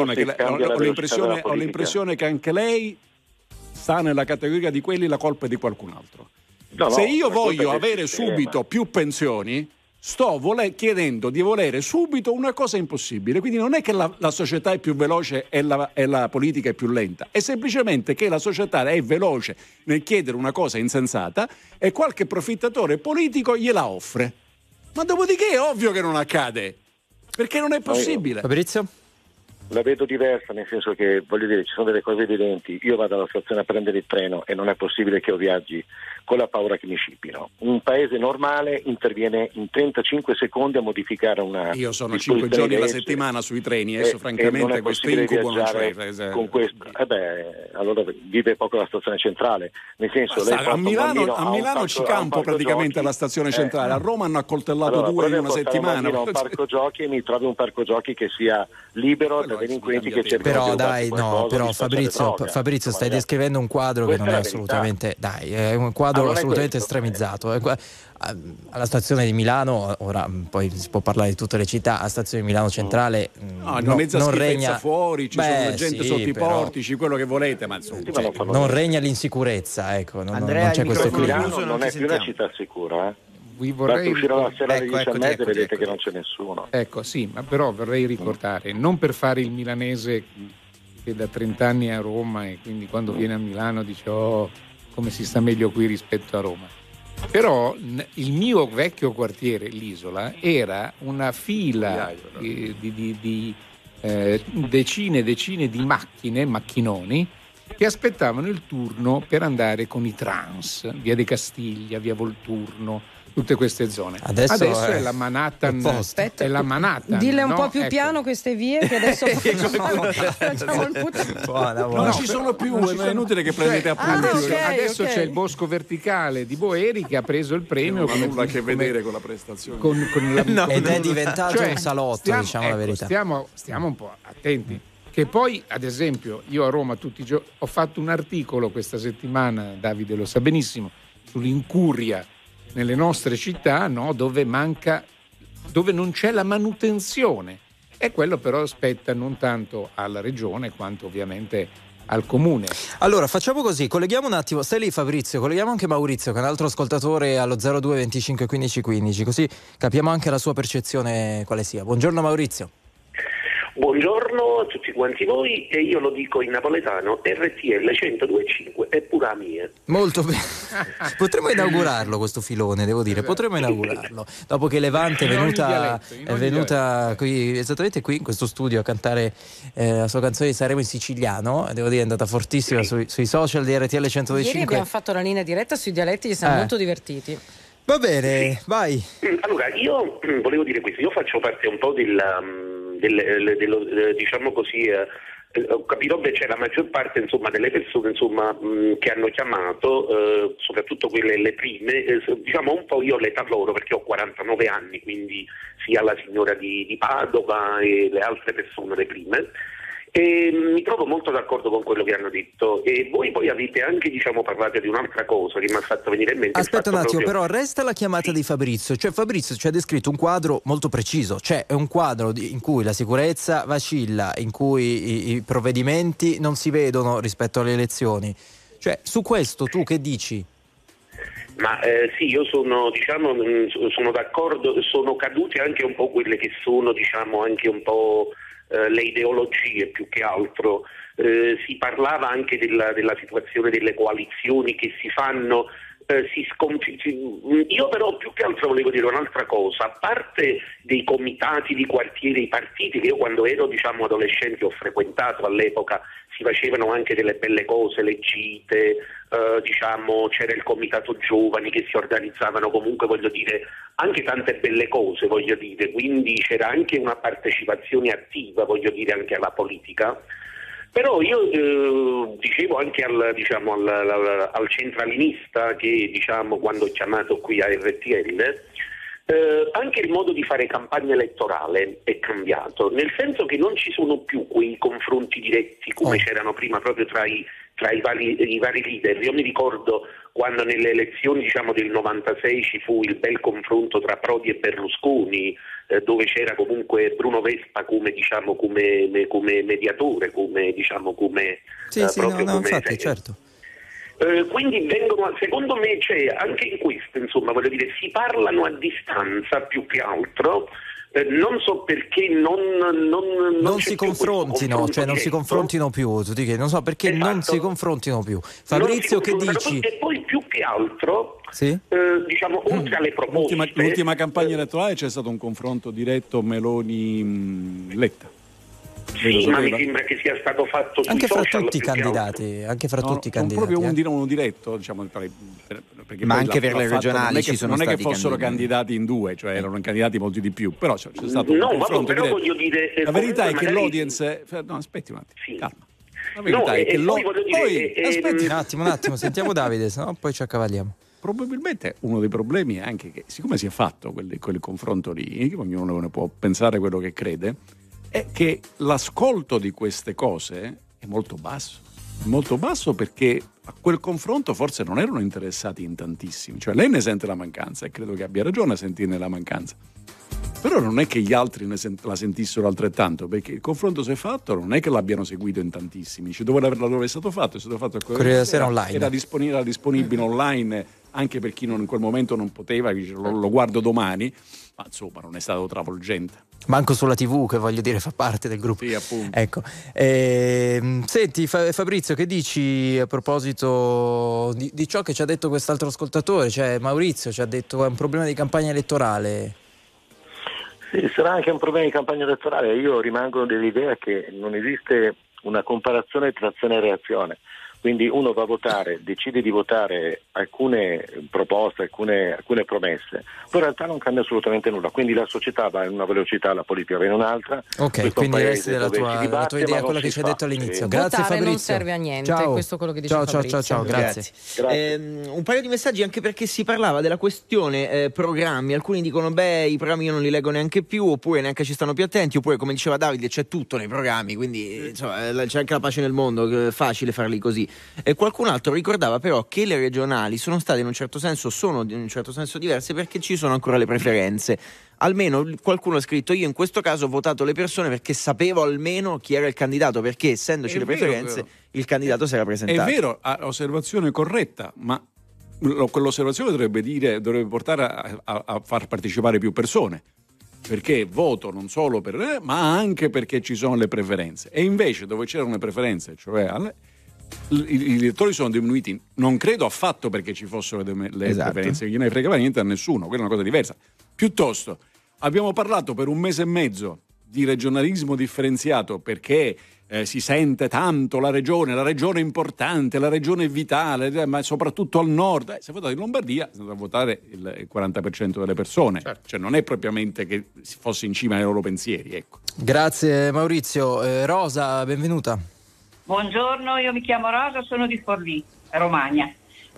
l'impressione che anche lei sta nella categoria di quelli la colpa è di qualcun altro. Se io voglio avere subito più pensioni, sto chiedendo di volere subito una cosa impossibile. Quindi non è che la società è più veloce e la politica è più lenta, è semplicemente che la società è veloce nel chiedere una cosa insensata e qualche profittatore politico gliela offre. Ma dopodiché è ovvio che non accade, perché non è possibile. Fabrizio? La vedo diversa, nel senso che, voglio dire, ci sono delle cose evidenti. Io vado alla stazione a prendere il treno e non è possibile che io viaggi con la paura che mi scippino. Un paese normale interviene in 35 secondi a modificare una... Io sono 5 giorni alla settimana sui treni, adesso francamente questo incubo non c'è. Con questo, allora vive poco la stazione centrale, nel senso a Milano ci campo praticamente alla stazione centrale, a Roma hanno accoltellato 2 in una settimana. Un parco giochi e mi trovi un parco giochi che sia libero da delinquenti che cercano però Fabrizio stai descrivendo un quadro che non è assolutamente, è un quadro assolutamente estremizzato. Alla stazione di Milano, ora poi si può parlare di tutte le città, alla stazione di Milano centrale non regna fuori, ci sono gente sotto i portici, quello che volete, ma insomma, non regna l'insicurezza, ecco, non c'è questo clima. Milano non è più una città sicura, Vi vorrei uscire la sera alle 10:30 e vedete che non c'è nessuno. Ecco, sì, ma però vorrei ricordare, non per fare il milanese che da 30 anni è a Roma e quindi quando viene a Milano dice come si sta meglio qui rispetto a Roma. Però il mio vecchio quartiere, l'Isola, era una fila di decine e decine di macchinoni che aspettavano il turno per andare con i trans, via De Castiglia, via Volturno, tutte queste zone. Adesso è la Manhattan. È la Manhattan. Dille un po' più piano queste vie che adesso facciamo il non ci sono più, è inutile che prendete appunti. Adesso c'è il Bosco Verticale di Boeri che ha preso il premio. Non ha nulla a che vedere con la prestazione. Ed è diventato un salotto, diciamo la verità. Stiamo un po' attenti. Che poi, ad esempio, io a Roma tutti i giorni ho fatto un articolo questa settimana, Davide lo sa benissimo, sull'incuria nelle nostre città, no? dove non c'è la manutenzione. E quello però spetta non tanto alla regione quanto ovviamente al comune. Allora facciamo così, colleghiamo un attimo, stai lì Fabrizio, colleghiamo anche Maurizio che è un altro ascoltatore allo 02 25 15 15, così capiamo anche la sua percezione quale sia. Buongiorno Maurizio. Buongiorno a tutti quanti voi e io lo dico in napoletano, RTL 102.5 è pura mia. Molto bene, potremmo inaugurarlo questo filone, devo dire, potremmo inaugurarlo dopo che Levante è venuta qui, esattamente qui in questo studio a cantare la sua canzone di Sanremo in siciliano, devo dire è andata fortissima sui social di RTL 102.5. Ieri abbiamo fatto la linea diretta sui dialetti, ci siamo molto divertiti. Va bene, vai. Allora io volevo dire questo, io faccio parte un po' diciamo così ho capito che c'è la maggior parte insomma delle persone insomma che hanno chiamato, soprattutto quelle le prime, diciamo un po' io l'età loro, perché ho 49 anni, quindi sia la signora di Padova e le altre persone le prime. E mi trovo molto d'accordo con quello che hanno detto, e voi poi avete anche parlato di un'altra cosa che mi ha fatto venire in mente. Aspetta un attimo, però resta la chiamata di Fabrizio. Cioè Fabrizio ci ha descritto un quadro molto preciso, cioè è un quadro in cui la sicurezza vacilla, in cui i provvedimenti non si vedono rispetto alle elezioni. Cioè su questo tu che dici? Ma sì, io sono d'accordo, sono cadute anche un po' quelle che sono anche un po' le ideologie più che altro. Si parlava anche della situazione delle coalizioni che si fanno, io però più che altro volevo dire un'altra cosa, a parte dei comitati di quartiere, i partiti che io quando ero adolescente ho frequentato all'epoca, si facevano anche delle belle cose, le gite, c'era il comitato giovani che si organizzavano comunque, anche tante belle cose, quindi c'era anche una partecipazione attiva, anche alla politica. Però io dicevo anche al centralinista che quando ho chiamato qui a RTL, anche il modo di fare campagna elettorale è cambiato, nel senso che non ci sono più quei confronti diretti come c'erano prima proprio tra i vari leader. Io mi ricordo quando nelle elezioni del 96 ci fu il bel confronto tra Prodi e Berlusconi, dove c'era comunque Bruno Vespa come mediatore, infatti, certo. Quindi secondo me c'è anche in questo, si parlano a distanza più che altro. Non so perché non si confrontino, non si confrontino più. Non so perché non si confrontino più. Fabrizio, che dici? E poi più che altro, sì? oltre alle proposte. L'ultima campagna elettorale c'è stato un confronto diretto Meloni-Letta. Sì, ma mi sembra che sia stato fatto anche sui fra social, tutti i candidati, anche fra tutti i candidati. Proprio uno diretto, perché ma anche per le regionali ci sono non stati è che fossero candidati in due, cioè erano candidati molti di più, però c'è stato un confronto diretto. La verità è che l'audience aspetti un attimo, sì. Calma. La verità è che aspetti un attimo, sentiamo Davide, sennò poi ci accavalliamo. Probabilmente uno dei problemi è anche che siccome si è fatto quel confronto lì, ognuno ne può pensare quello che crede, è che l'ascolto di queste cose è molto basso perché a quel confronto forse non erano interessati in tantissimi, cioè lei ne sente la mancanza e credo che abbia ragione a sentirne la mancanza, però non è che gli altri la sentissero altrettanto, perché il confronto si è fatto, non è che l'abbiano seguito in tantissimi, dove è stato fatto? È stato fatto al Corriere della Sera online, era disponibile online anche per chi in quel momento non poteva, lo guardo domani, ma insomma non è stato travolgente. Manco sulla TV, che fa parte del gruppo. Sì, appunto. Ecco. Senti Fabrizio, che dici a proposito di ciò che ci ha detto quest'altro ascoltatore? Cioè Maurizio ci ha detto è un problema di campagna elettorale. Sì, sarà anche un problema di campagna elettorale. Io rimango dell'idea che non esiste una comparazione tra azione e reazione. Quindi uno va a votare, decide di votare alcune proposte, alcune promesse, poi in realtà non cambia assolutamente nulla. Quindi la società va in una velocità, la politica va in un'altra. Ok, quindi resti della tua idea, quello che ci hai detto all'inizio. Grazie Votare Fabrizio. Non serve a niente, ciao. Questo è quello che dice Fabrizio. Ciao, grazie. Un paio di messaggi anche perché si parlava della questione programmi. Alcuni dicono i programmi io non li leggo neanche più, oppure neanche ci stanno più attenti, oppure come diceva Davide c'è tutto nei programmi, quindi c'è anche la pace nel mondo, è facile farli così. E qualcun altro ricordava però che le regionali sono state in un certo senso diverse perché ci sono ancora le preferenze. Almeno qualcuno ha scritto io in questo caso ho votato le persone perché sapevo almeno chi era il candidato, perché essendoci le preferenze il candidato si era presentato. È vero, osservazione corretta, ma quell'osservazione dovrebbe portare a far partecipare più persone, perché voto non solo ma anche perché ci sono le preferenze, e invece dove c'erano le preferenze, cioè gli elettori sono diminuiti, non credo affatto perché ci fossero le preferenze, che non ne fregava niente a nessuno, quella è una cosa diversa. Piuttosto abbiamo parlato per un mese e mezzo di regionalismo differenziato perché si sente tanto la regione è importante, la regione è vitale, ma soprattutto al nord. Se votate in Lombardia, si andrà a votare il 40% delle persone, certo. Cioè non è propriamente che si fosse in cima ai loro pensieri, ecco. Grazie Maurizio. Rosa, benvenuta. Buongiorno, io mi chiamo Rosa, sono di Forlì, Romagna.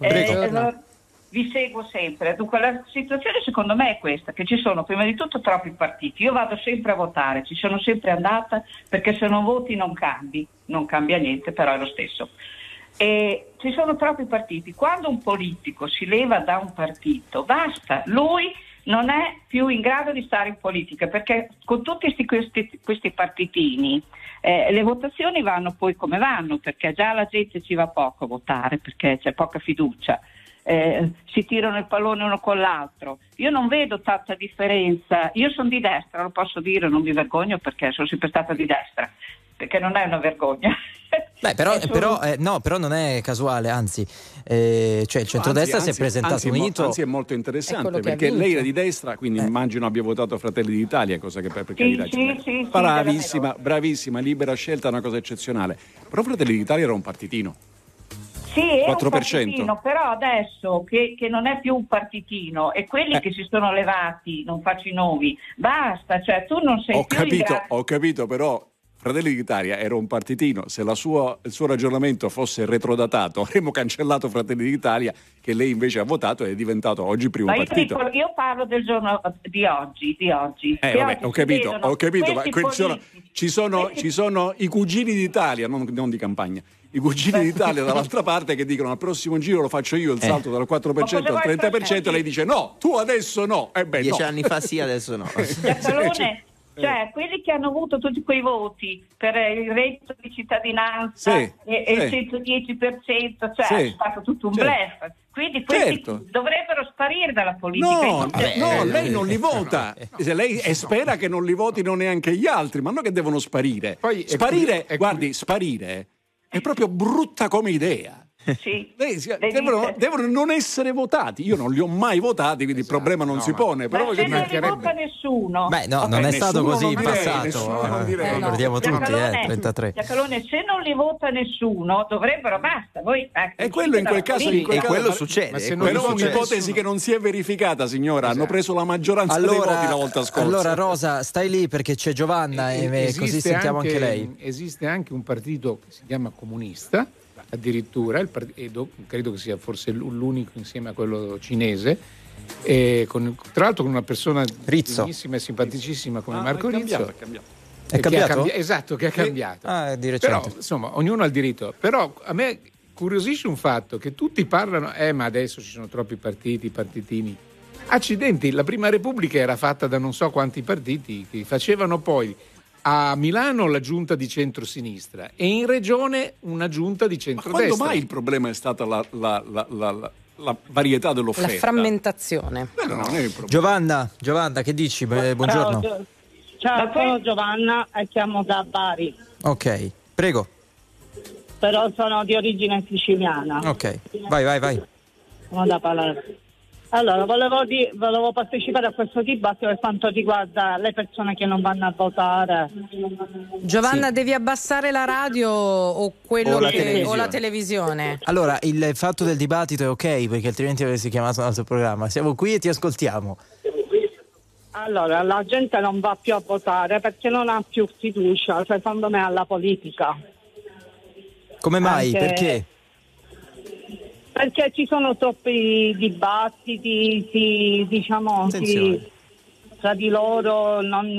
Vi seguo sempre. Dunque, la situazione secondo me è questa, che ci sono prima di tutto troppi partiti. Io vado sempre a votare, ci sono sempre andata, perché se non voti non cambia niente, però è lo stesso. E ci sono troppi partiti. Quando un politico si leva da un partito, basta, lui non è più in grado di stare in politica, perché con tutti questi partitini le votazioni vanno poi come vanno, perché già la gente ci va poco a votare, perché c'è poca fiducia. Si tirano il pallone uno con l'altro. Io non vedo tanta differenza. Io sono di destra, lo posso dire, non mi vergogno perché sono sempre stata di destra, perché non è una vergogna. Beh, però non è casuale, anzi, cioè il centrodestra si è presentato unito. Anzi, è molto interessante perché lei era di destra, quindi immagino abbia votato Fratelli d'Italia, cosa che per carità sì, bravissima, libera scelta, una cosa eccezionale. Però Fratelli d'Italia era un partitino. Sì, è 4%. Un partitino, però adesso che non è più un partitino e quelli che si sono levati, non faccio i nomi, basta, cioè tu non sei Ho capito, però Fratelli d'Italia era un partitino. Se il suo ragionamento fosse retrodatato, avremmo cancellato Fratelli d'Italia, che lei invece ha votato e è diventato oggi primo partito. Io parlo del giorno di oggi. Ho capito, ma ci sono i cugini d'Italia, non di campagna. I cugini d'Italia dall'altra parte che dicono al prossimo giro lo faccio io il salto dal 4% al 30%, e lei dice no, tu adesso no. 10 anni fa sì, adesso no. Cioè quelli che hanno avuto tutti quei voti per il reddito di cittadinanza e il 110%, cioè è stato tutto un bluff. Quindi questi dovrebbero sparire dalla politica. No, lei non li vota. Lei spera che non li votino neanche gli altri, ma non che devono sparire. Sparire è proprio brutta come idea. Sì, devono non essere votati. Io non li ho mai votati, quindi il problema non si pone. Però se non li vota nessuno. Beh, no, non è stato così in passato. Ricordiamo tutti, 33. Giacalone, se non li vota nessuno, dovrebbero basta. Voi, e quello in quel caso quello succede. Però un'ipotesi che non si è verificata, signora. Hanno preso la maggioranza dei voti la volta scorsa. Allora, Rosa, stai lì perché c'è Giovanna e così sentiamo anche lei. Esiste anche un partito che si chiama Comunista, addirittura, credo che sia forse l'unico insieme a quello cinese, tra l'altro con una persona bellissima e simpaticissima come Marco Rizzo. È cambiato? Esatto, che ha cambiato. Di recente. Però, insomma, ognuno ha il diritto. Però a me curiosisce un fatto che tutti parlano, ma adesso ci sono troppi partiti, partitini. Accidenti, la Prima Repubblica era fatta da non so quanti partiti che facevano poi a Milano la giunta di centrosinistra e in regione una giunta di centrodestra. Ma quando mai il problema è stata la varietà dell'offerta? La frammentazione. Non è il problema. Giovanna, che dici? Buongiorno. Ciao, sono Giovanna e chiamo da Bari. Ok, prego. Però sono di origine siciliana. Ok, vai. Sono da Palermo. Allora, volevo partecipare a questo dibattito per quanto riguarda le persone che non vanno a votare. Giovanna, devi abbassare la radio o la televisione. Allora, il fatto del dibattito è ok, perché altrimenti avresti chiamato un altro programma. Siamo qui e ti ascoltiamo. Allora, la gente non va più a votare perché non ha più fiducia, secondo me, alla politica. Come mai? Perché? Perché ci sono troppi dibattiti, tra di loro non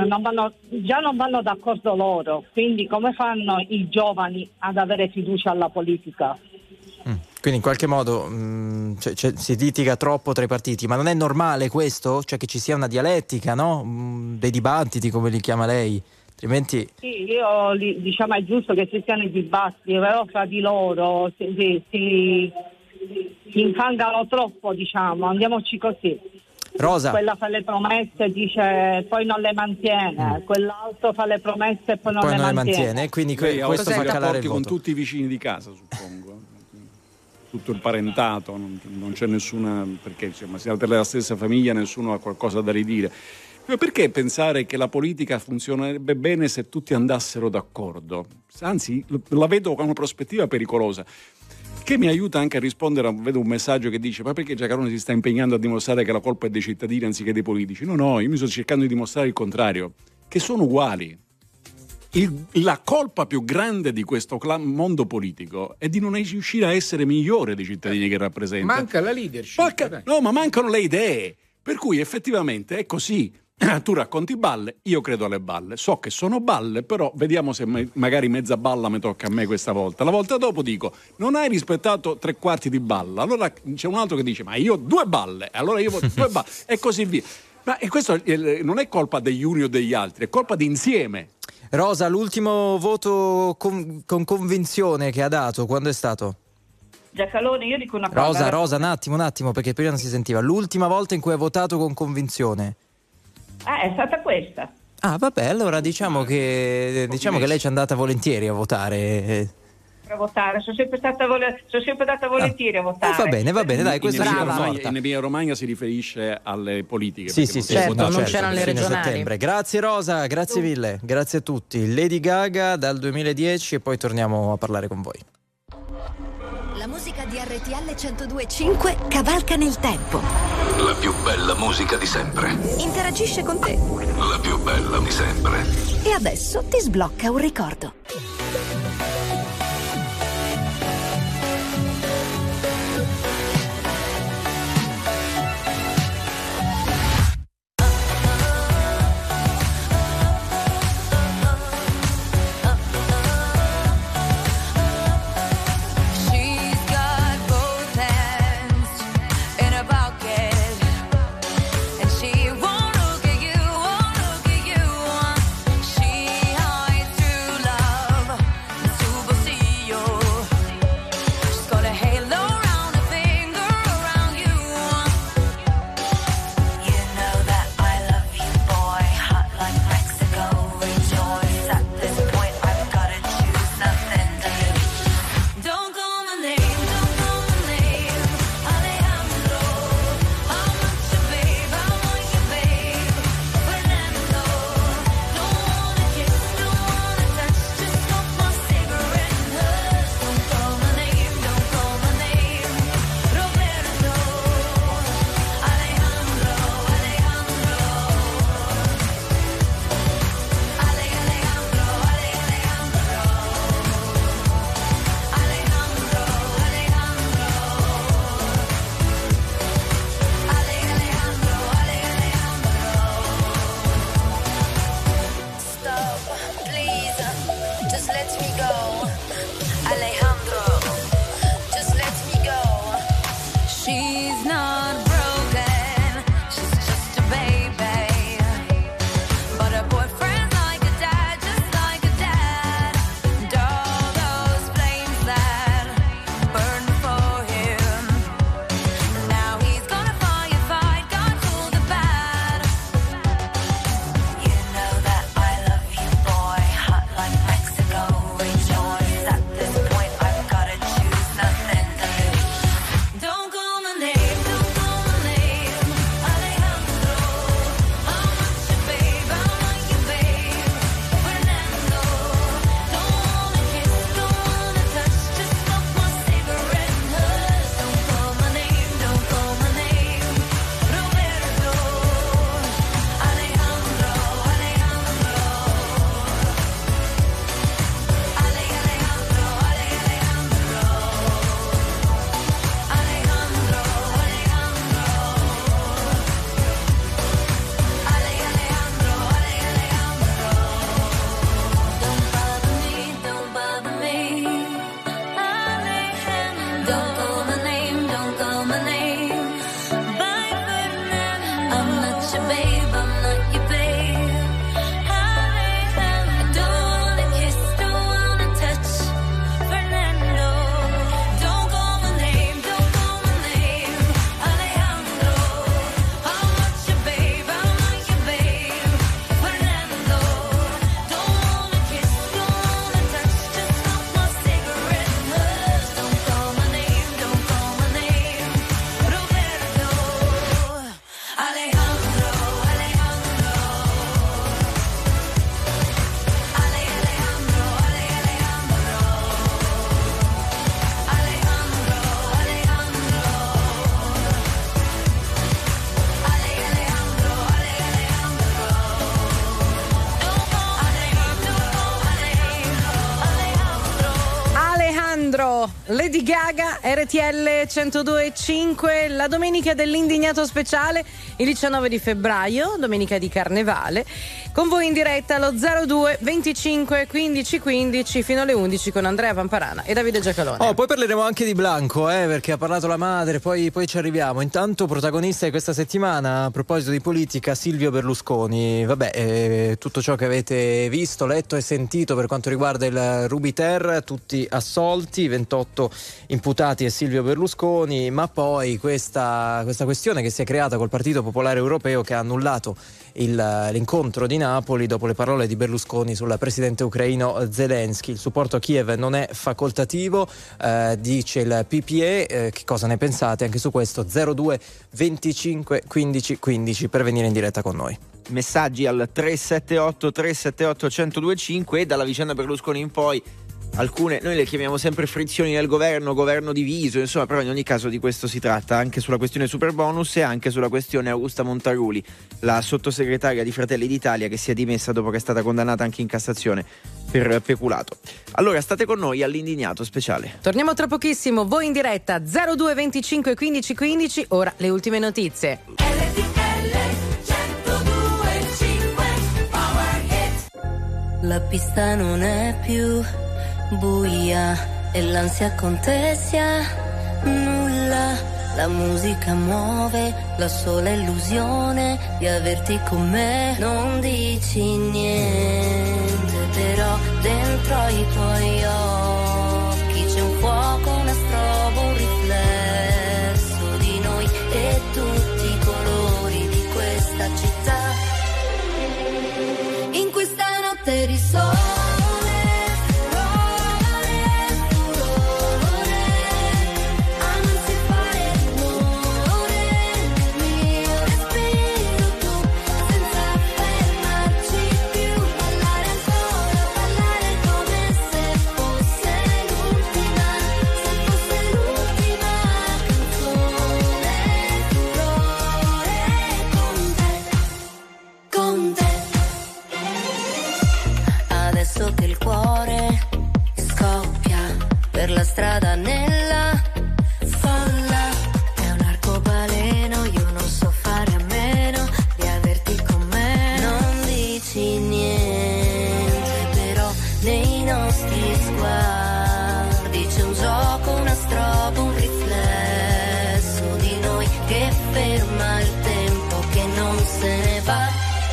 vanno d'accordo loro. Quindi come fanno i giovani ad avere fiducia alla politica? Quindi in qualche modo si litiga troppo tra i partiti, ma non è normale questo? Cioè che ci sia una dialettica, no? Dei dibattiti, come li chiama lei? Altrimenti... Sì, è giusto che ci siano i dibattiti, però fra di loro si infangano troppo, andiamoci così. Rosa. Quella fa le promesse, dice poi non le mantiene, quell'altro fa le promesse e poi non le mantiene. Quindi questo fa calare il voto. Con tutti i vicini di casa, suppongo. Tutto il parentato, non c'è nessuna, perché siamo della stessa famiglia, nessuno ha qualcosa da ridire. Perché pensare che la politica funzionerebbe bene se tutti andassero d'accordo? Anzi, la vedo con una prospettiva pericolosa, che mi aiuta anche a rispondere. Vedo un messaggio che dice: ma perché Giacarone si sta impegnando a dimostrare che la colpa è dei cittadini anziché dei politici? No, io mi sto cercando di dimostrare il contrario, che sono uguali. La colpa più grande di questo mondo politico è di non riuscire a essere migliore dei cittadini che rappresenta. Manca la leadership. Ma mancano le idee, per cui effettivamente è così. Tu racconti balle, io credo alle balle, so che sono balle, però vediamo se magari mezza balla mi tocca a me questa volta. La volta dopo dico: non hai rispettato 3/4 di balla, allora c'è un altro che dice: ma io 2 balle, allora io 2 balle, e così via. Ma questo non è colpa degli uni o degli altri, è colpa di insieme. Rosa, l'ultimo voto con convinzione che ha dato, quando è stato? Giacalone, io dico una cosa. Rosa, un attimo, perché prima non si sentiva. L'ultima volta in cui hai votato con convinzione? È stata questa. Vabbè, allora diciamo che lei ci è andata volentieri a votare. A votare, sono sempre andata volentieri a votare. Va bene, dai, questo in Emilia Romagna si riferisce alle politiche. Sì, certo, non c'erano le regionali. Settembre. Grazie Rosa, grazie mille, grazie a tutti. Lady Gaga dal 2010 e poi torniamo a parlare con voi. La musica di RTL 102.5 cavalca nel tempo. La più bella musica di sempre. Interagisce con te. La più bella di sempre. E adesso ti sblocca un ricordo. Lady Gaga, RTL 102.5, la domenica dell'indignato speciale, il 19 di febbraio, domenica di Carnevale, con voi in diretta allo 02 25 15 15 fino alle 11 con Andrea Pamparana e Davide Giacalone. Poi parleremo anche di Blanco, perché ha parlato la madre, poi ci arriviamo. Intanto protagonista di questa settimana, a proposito di politica, Silvio Berlusconi. Tutto ciò che avete visto, letto e sentito per quanto riguarda il Rubiter, tutti assolti, 28 imputati e Silvio Berlusconi, ma poi questa questione che si è creata col Partito Popolare Europeo, che ha annullato l'incontro di Napoli dopo le parole di Berlusconi sul presidente ucraino Zelensky. Il supporto a Kiev non è facoltativo, dice il PPE. Che cosa ne pensate? Anche su questo 02 25 15 15 per venire in diretta con noi. Messaggi al 378 1025 e dalla vicenda Berlusconi in poi alcune, noi le chiamiamo sempre frizioni nel governo diviso, insomma, però in ogni caso di questo si tratta, anche sulla questione Superbonus e anche sulla questione Augusta Montaruli, la sottosegretaria di Fratelli d'Italia, che si è dimessa dopo che è stata condannata anche in Cassazione per peculato. Allora state con noi all'indignato speciale. Torniamo tra pochissimo, voi in diretta 02 25 15 15, ora le ultime notizie. La pista non è più buia e l'ansia contesia nulla, la musica muove la sola illusione di averti con me. Non dici niente, però dentro i tuoi occhi c'è un fuoco, una strobo, un riflesso di noi e tutti i colori di questa città. In questa notte di sole che il cuore scoppia per la strada nella folla, è un arcobaleno, io non so fare a meno di averti con me. Non dici niente, però nei nostri sguardi c'è un gioco, una strobo, un riflesso di noi che ferma il tempo che non se ne va.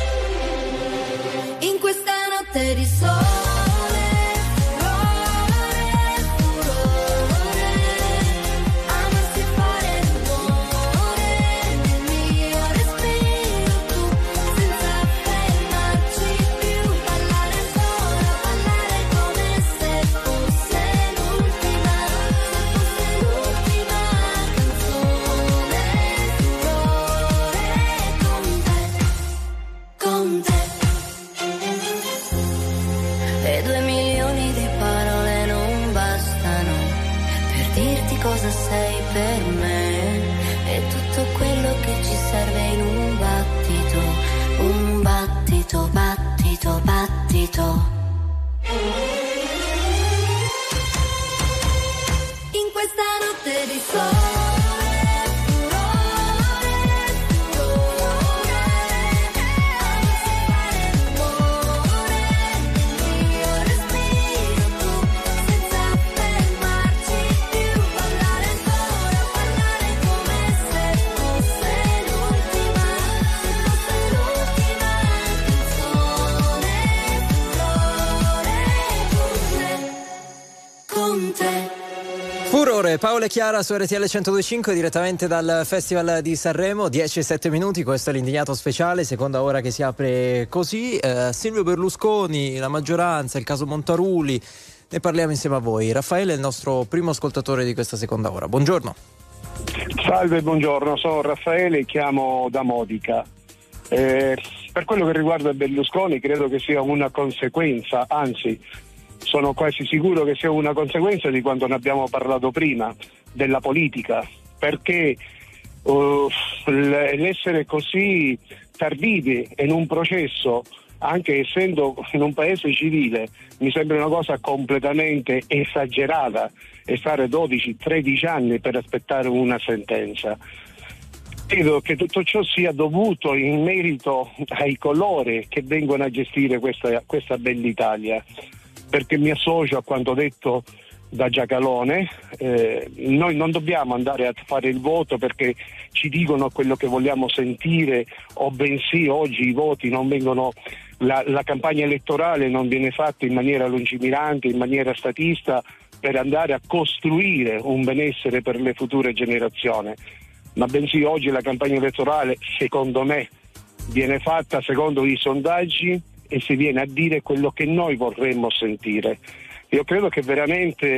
In questa notte di sole cosa sei per me, è tutto quello che ci serve in un battito, battito, battito. In questa notte di sole Furore, Paola e Chiara su RTL 102.5 direttamente dal Festival di Sanremo, 10:07 minuti, questo è l'indignato speciale, seconda ora che si apre così. Silvio Berlusconi, la maggioranza, il caso Montaruli, ne parliamo insieme a voi. Raffaele è il nostro primo ascoltatore di questa seconda ora, buongiorno. Salve, buongiorno, sono Raffaele e chiamo da Modica. Per quello che riguarda Berlusconi credo che sia una conseguenza, anzi sono quasi sicuro che sia una conseguenza di quanto ne abbiamo parlato prima, della politica, perché l'essere così tardivi in un processo anche essendo in un paese civile, mi sembra una cosa completamente esagerata e stare 12-13 anni per aspettare una sentenza. Credo che tutto ciò sia dovuto in merito ai colori che vengono a gestire questa bella Italia, perché mi associo a quanto detto da Giacalone. Noi non dobbiamo andare a fare il voto perché ci dicono quello che vogliamo sentire, o bensì oggi i voti non vengono, la campagna elettorale non viene fatta in maniera lungimirante, in maniera statista, per andare a costruire un benessere per le future generazioni, ma bensì oggi la campagna elettorale, secondo me, viene fatta secondo i sondaggi e si viene a dire quello che noi vorremmo sentire. Io credo che veramente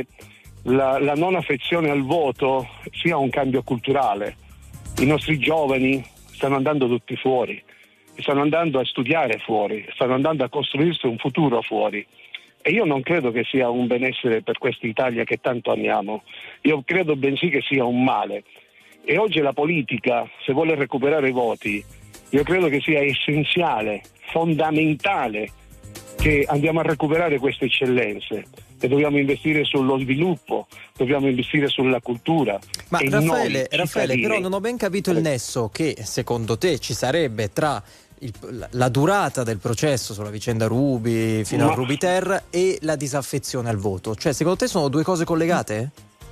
la non affezione al voto sia un cambio culturale. I nostri giovani stanno andando tutti fuori, stanno andando a studiare fuori, stanno andando a costruirsi un futuro fuori. E io non credo che sia un benessere per questa Italia che tanto amiamo. Io credo bensì che sia un male. E oggi la politica, se vuole recuperare i voti, io credo che sia essenziale, fondamentale, che andiamo a recuperare queste eccellenze e dobbiamo investire sullo sviluppo, dobbiamo investire sulla cultura. Ma Raffaele, però non ho ben capito il nesso che secondo te ci sarebbe tra la durata del processo sulla vicenda Ruby fino a Rubiter e la disaffezione al voto. Cioè, secondo te sono due cose collegate?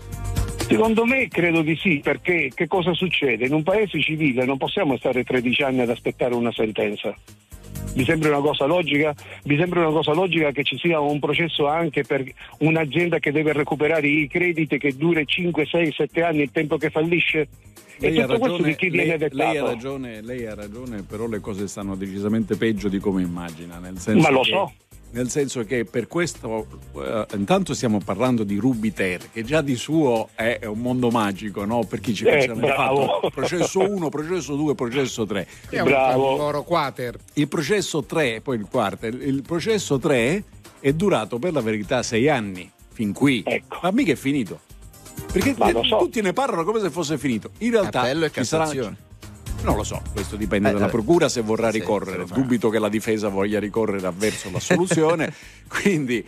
Secondo me credo di sì, perché che cosa succede? In un paese civile non possiamo stare 13 anni ad aspettare una sentenza. Mi sembra una cosa logica? Mi sembra una cosa logica che ci sia un processo anche per un'azienda che deve recuperare i crediti, che dura 5, 6, 7 anni, il tempo che fallisce? E tutto questo di chi viene dettato? Lei ha ragione, però le cose stanno decisamente peggio di come immagina. Nel senso Ma lo so. Nel senso che per questo intanto stiamo parlando di Rubiter, che già di suo è un mondo magico, no? Per chi ci piace fatto processo 1, processo 2, processo 3. Bravo. Loro quater. Il processo 3, poi il quarter, il processo 3 è durato per la verità 6 anni, fin qui. Ecco. Ma mica è finito. Perché tutti ne parlano come se fosse finito. In realtà appello e Cassazione. Non lo so, questo dipende dalla procura se vorrà ricorrere. Dubito che la difesa voglia ricorrere avverso l'assoluzione, quindi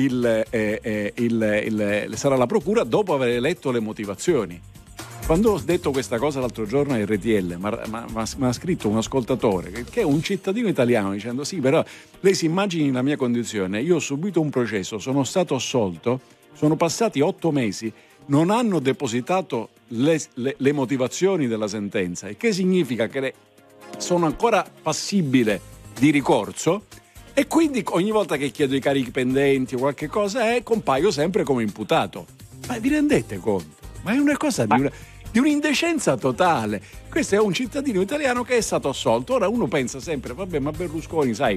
sarà la procura dopo aver letto le motivazioni. Quando ho detto questa cosa l'altro giorno a RTL, mi ha scritto un ascoltatore che è un cittadino italiano dicendo: sì, però lei si immagini la mia condizione, io ho subito un processo, sono stato assolto, sono passati 8 mesi, non hanno depositato le motivazioni della sentenza, il che significa che sono ancora passibile di ricorso e quindi ogni volta che chiedo i carichi pendenti o qualche cosa compaio sempre come imputato. Ma vi rendete conto? Ma è una cosa di un'indecenza totale. Questo è un cittadino italiano che è stato assolto. Ora uno pensa sempre: vabbè, ma Berlusconi, sai,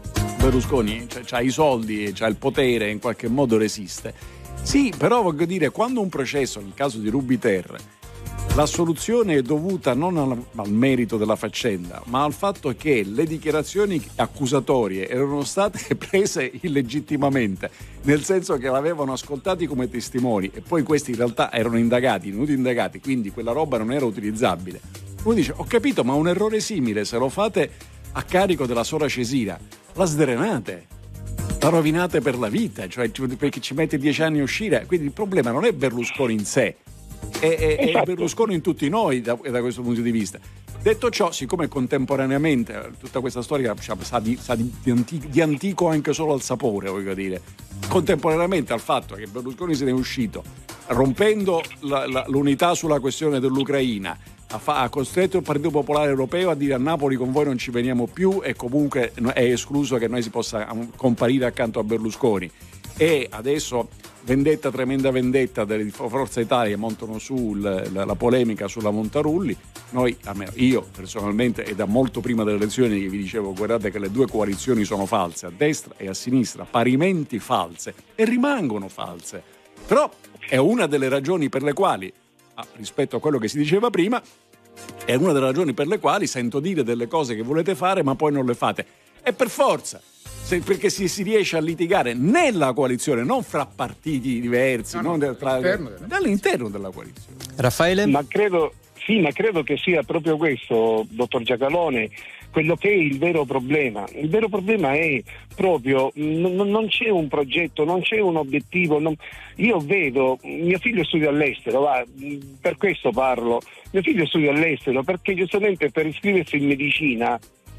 c'ha i soldi, c'ha il potere, in qualche modo resiste. Sì, però voglio dire, quando un processo, nel caso di Rubiter, l'assoluzione è dovuta non al merito della faccenda, ma al fatto che le dichiarazioni accusatorie erano state prese illegittimamente, nel senso che l'avevano ascoltati come testimoni e poi questi in realtà erano venuti indagati, quindi quella roba non era utilizzabile. Uno dice: ho capito, ma un errore simile, se lo fate a carico della Sora Cesira, la sdrenate. La rovinate per la vita, cioè perché ci mette 10 anni a uscire. Quindi il problema non è Berlusconi in sé, è Berlusconi in tutti noi da questo punto di vista. Detto ciò, siccome contemporaneamente tutta questa storia sa di antico anche solo al sapore, voglio dire, contemporaneamente al fatto che Berlusconi se ne è uscito rompendo l'unità sulla questione dell'Ucraina, ha costretto il Partito Popolare Europeo a dire: a Napoli con voi non ci veniamo più e comunque è escluso che noi si possa comparire accanto a Berlusconi. E adesso tremenda vendetta delle Forza Italia, montano su la polemica sulla Montarulli. Io personalmente, e da molto prima delle elezioni che vi dicevo: guardate che le due coalizioni sono false, a destra e a sinistra, parimenti false, e rimangono false. Però è una delle ragioni per le quali, rispetto a quello che si diceva prima, è una delle ragioni per le quali sento dire delle cose che volete fare ma poi non le fate. E per forza, perché si riesce a litigare nella coalizione, non fra partiti diversi, dall'interno della coalizione. Raffaele? Ma credo Sì, ma credo che sia proprio questo, dottor Giacalone, quello che è il vero problema. Il vero problema è proprio non c'è un progetto, non c'è un obiettivo. Io vedo, mio figlio studia all'estero, per questo parlo. Mio figlio studia all'estero perché giustamente per iscriversi in medicina,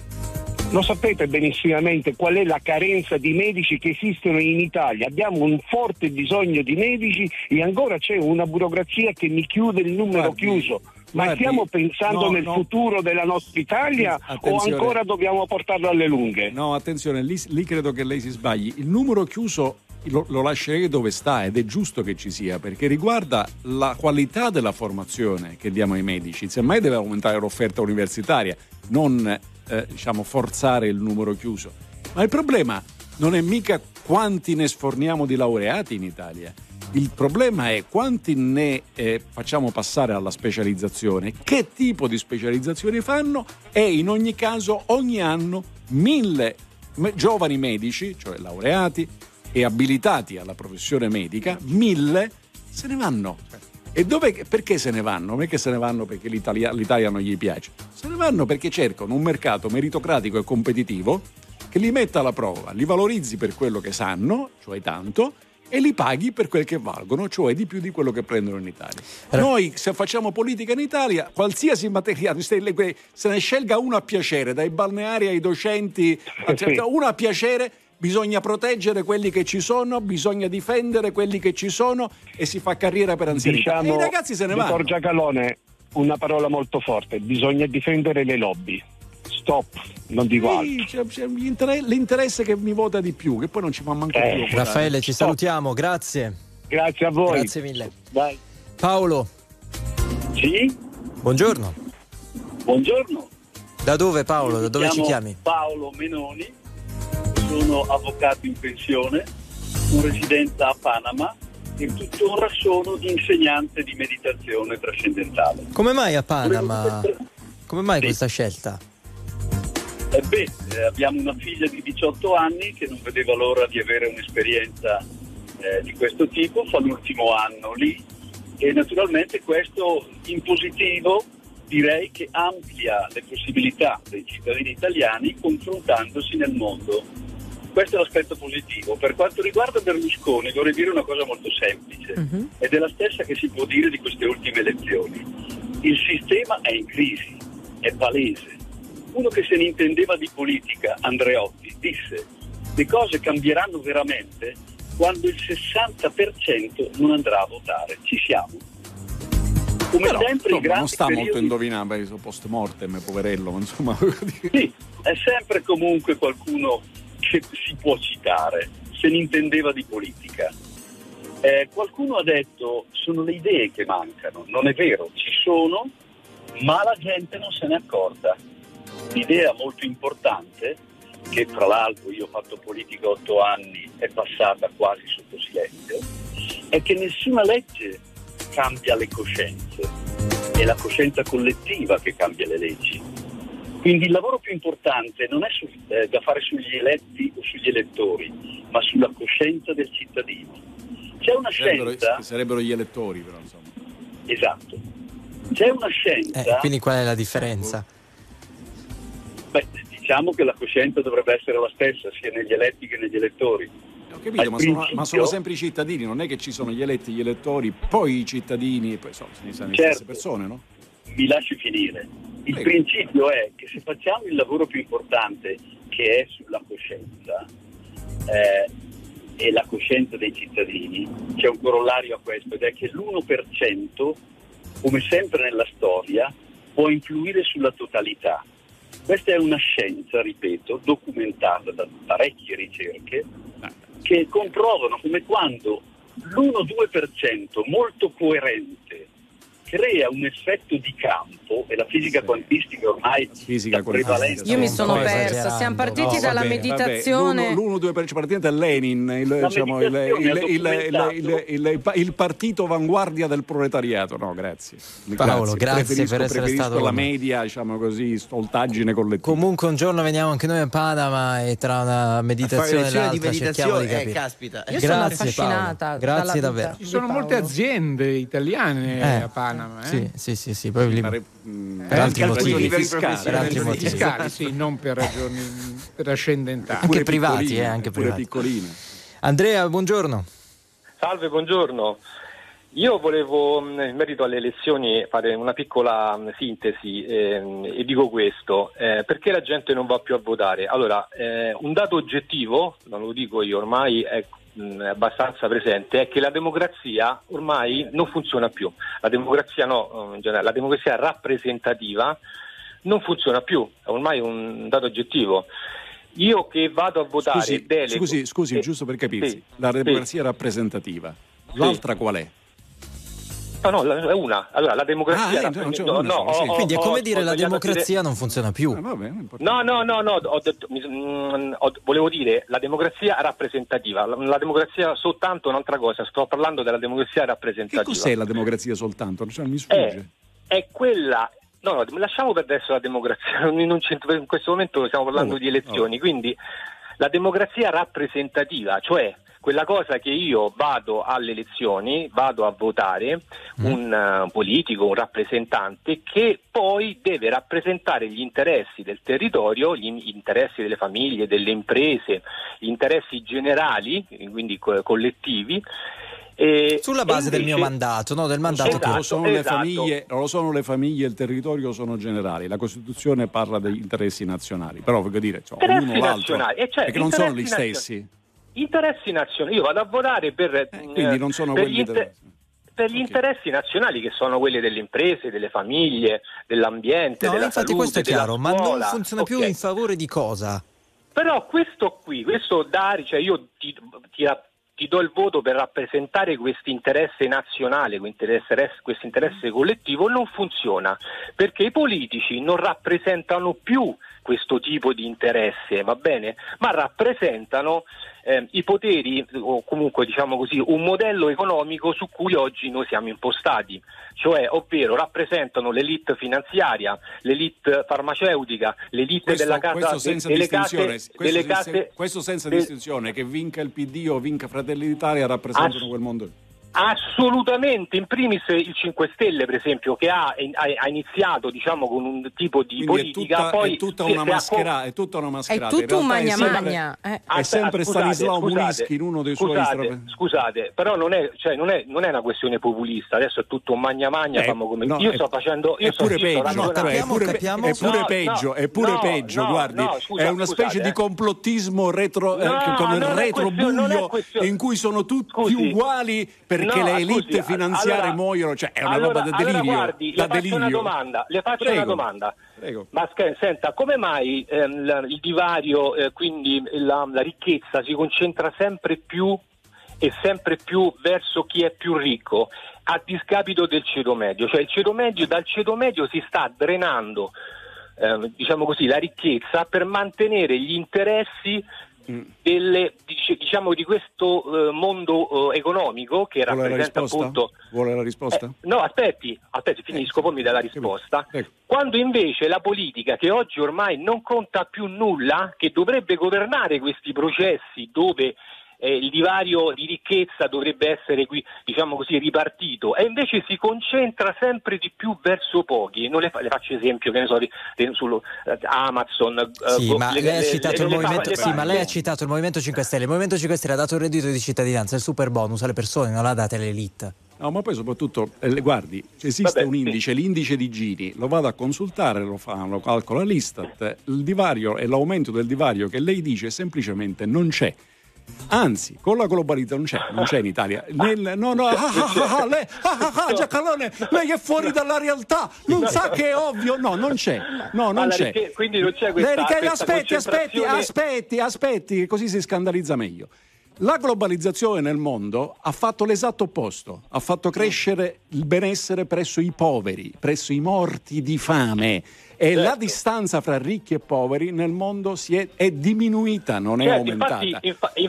lo sapete benissimamente qual è la carenza di medici che esistono in Italia. Abbiamo un forte bisogno di medici e ancora c'è una burocrazia che mi chiude il numero chiuso. Ma stiamo pensando nel futuro della nostra Italia o ancora dobbiamo portarlo alle lunghe? No, attenzione, lì credo che lei si sbagli. Il numero chiuso lo lascerei dove sta ed è giusto che ci sia, perché riguarda la qualità della formazione che diamo ai medici. Semmai deve aumentare l'offerta universitaria, non forzare il numero chiuso. Ma il problema non è mica quanti ne sforniamo di laureati in Italia. Il problema è quanti ne facciamo passare alla specializzazione, che tipo di specializzazioni fanno, e in ogni caso ogni anno 1000 giovani medici, cioè laureati e abilitati alla professione medica, 1000 se ne vanno. E perché se ne vanno? Non è che se ne vanno perché l'Italia non gli piace, se ne vanno perché cercano un mercato meritocratico e competitivo che li metta alla prova, li valorizzi per quello che sanno, cioè tanto, e li paghi per quel che valgono, cioè di più di quello che prendono in Italia. Noi, se facciamo politica in Italia, qualsiasi materiale, se ne scelga uno a piacere, dai balneari ai docenti, uno a piacere, bisogna proteggere quelli che ci sono, bisogna difendere quelli che ci sono e si fa carriera per anzianità. E i ragazzi se ne vanno. Dottor Giacalone, una parola molto forte, bisogna difendere le lobby. Stop, non dico altro. C'è l'interesse che mi vota di più, che poi non ci fa manco più. Raffaele, ci salutiamo, grazie. Grazie a voi. Grazie mille. Dai. Paolo. Sì? Buongiorno. Buongiorno. Da dove, Paolo? Da dove ci chiami? Paolo Menoni, sono avvocato in pensione, con residenza a Panama e tuttora sono insegnante di meditazione trascendentale. Come mai a Panama? Come mai questa scelta? Abbiamo una figlia di 18 anni che non vedeva l'ora di avere un'esperienza di questo tipo, fa l'ultimo anno lì e naturalmente questo in positivo direi che amplia le possibilità dei cittadini italiani confrontandosi nel mondo. Questo è l'aspetto positivo. Per quanto riguarda Berlusconi vorrei dire una cosa molto semplice ed è la stessa che si può dire di queste ultime elezioni. Il sistema è in crisi, è palese. Uno che se ne intendeva di politica, Andreotti, disse: le cose cambieranno veramente quando il 60% non andrà a votare. Ci siamo. Come però, sempre non sta molto indovinare post mortem, poverello, insomma. Sì, è sempre comunque qualcuno che si può citare, se ne intendeva di politica. Qualcuno ha detto sono le idee che mancano. Non è vero, ci sono, ma la gente non se ne è accorta. L'idea molto importante, che tra l'altro io ho fatto politica 8 anni, è passata quasi sotto silenzio, è che nessuna legge cambia le coscienze, è la coscienza collettiva che cambia le leggi. Quindi il lavoro più importante non è da fare sugli eletti o sugli elettori, ma sulla coscienza del cittadino. C'è una scienza... Sarebbero gli elettori, però, insomma. Esatto. C'è una scienza... quindi qual è la differenza? Diciamo che la coscienza dovrebbe essere la stessa, sia negli eletti che negli elettori. Ho capito, ma sono sempre i cittadini, non è che ci sono gli eletti, gli elettori, poi i cittadini, poi sono le stesse persone, no? Mi lasci finire. Il principio è che se facciamo il lavoro più importante, che è sulla coscienza, e la coscienza dei cittadini, c'è un corollario a questo, ed è che l'1%, come sempre nella storia, può influire sulla totalità. Questa è una scienza, ripeto, documentata da parecchie ricerche che comprovano come quando l'1-2% molto coerente crea un effetto di campo, e la fisica quantistica ormai fisica prevalenza. Io mi sono persa, siamo partiti dalla meditazione. L'1-2% partita è Lenin, il partito vanguardia del proletariato. No, grazie. Paolo, grazie per essere stato la media, diciamo così, stoltaggine collettiva. Comunque un giorno veniamo anche noi a Panama e tra una meditazione e l'altra cerchiamo di capire. Caspita. Io sono affascinata. Grazie davvero. Ci sono molte aziende italiane a Panama. Sì, poi per altri motivi fiscali, sì, non per ragioni trascendentali. Anche privati, anche privati. Piccoline. Andrea, buongiorno. Salve, buongiorno. Io volevo, in merito alle elezioni, fare una piccola sintesi e dico questo, perché la gente non va più a votare? Allora, un dato oggettivo, non lo dico io, ormai è abbastanza presente, è che la democrazia ormai non funziona più. La democrazia in generale, la democrazia rappresentativa non funziona più, è ormai un dato oggettivo. Io che vado a votare scusi, giusto per capirsi, la democrazia rappresentativa, l'altra qual è? No, è una. Allora, la democrazia quindi è come dire la democrazia non funziona più. Volevo dire la democrazia rappresentativa. La democrazia soltanto è un'altra cosa. Sto parlando della democrazia rappresentativa. Che cos'è la democrazia soltanto? Cioè, mi sfugge. È quella. No, lasciamo per adesso la democrazia. In questo momento stiamo parlando di elezioni. Quindi la democrazia rappresentativa, cioè quella cosa che io vado alle elezioni, vado a votare un politico, un rappresentante che poi deve rappresentare gli interessi del territorio, gli interessi delle famiglie, delle imprese, gli interessi generali, quindi collettivi. Sulla base del mio mandato, del mandato che lo sono le famiglie, il territorio sono generali. La Costituzione parla degli interessi nazionali, però voglio dire, uno o l'altro, perché non sono gli stessi. Interessi nazionali, io vado a votare per non sono per gli interessi nazionali, che sono quelli delle imprese, delle famiglie, dell'ambiente, della infatti salute, questo è chiaro, scuola. Ma non funziona più in favore di cosa? Però questo dare, cioè io ti do il voto per rappresentare questo interesse nazionale, questo interesse collettivo, non funziona, perché i politici non rappresentano più questo tipo di interesse, va bene? Ma rappresentano i poteri, o comunque diciamo così, un modello economico su cui oggi noi siamo impostati, cioè ovvero rappresentano l'elite finanziaria, l'elite farmaceutica, l'elite della casa, questo senza distinzione, che vinca il PD o vinca Fratelli d'Italia, rappresentano quel mondo. Assolutamente, in primis il 5 Stelle per esempio, che ha iniziato diciamo con un tipo di politica, è tutta una mascherata, è tutto un magna. È sempre Stanislao Mulischi in uno dei suoi scusate, però non è una questione populista, adesso è tutto un magna, io sto facendo, è pure peggio, guardi, è una specie di complottismo con il retrobuio in cui sono tutti uguali perché le elite finanziarie muoiono, cioè è una roba da delirio. Le faccio una domanda. Prego. Ma senta, come mai il divario, quindi la ricchezza si concentra sempre più verso chi è più ricco, a discapito del ceto medio? Cioè dal ceto medio si sta drenando diciamo così, la ricchezza per mantenere gli interessi di questo mondo economico che rappresenta appunto. Vuole la risposta? No, aspetti, finisco, poi mi dà la risposta. Quando invece la politica, che oggi ormai non conta più nulla, che dovrebbe governare questi processi dove il divario di ricchezza dovrebbe essere qui, diciamo così, ripartito, e invece si concentra sempre di più verso pochi. Non le faccio esempio, che ne so, sullo Amazon. Lei ha citato il Movimento 5 Stelle. Il Movimento 5 Stelle ha dato il reddito di cittadinanza, il super bonus alle persone, non l'ha data all'elite. No, ma poi soprattutto, guardi, esiste un indice, l'indice di Gini, lo vado a consultare, lo calcola l'Istat, il divario e l'aumento del divario che lei dice semplicemente non c'è. Anzi, con la globalizzazione non c'è in Italia. Giacalone, lei è fuori dalla realtà, non sa che è ovvio. No, non c'è. Non c'è. Quindi non c'è questa aspetti, così si scandalizza meglio. La globalizzazione nel mondo ha fatto l'esatto opposto, ha fatto crescere il benessere presso i poveri, presso i morti di fame, e la distanza fra ricchi e poveri nel mondo è diminuita, non è aumentata. Infatti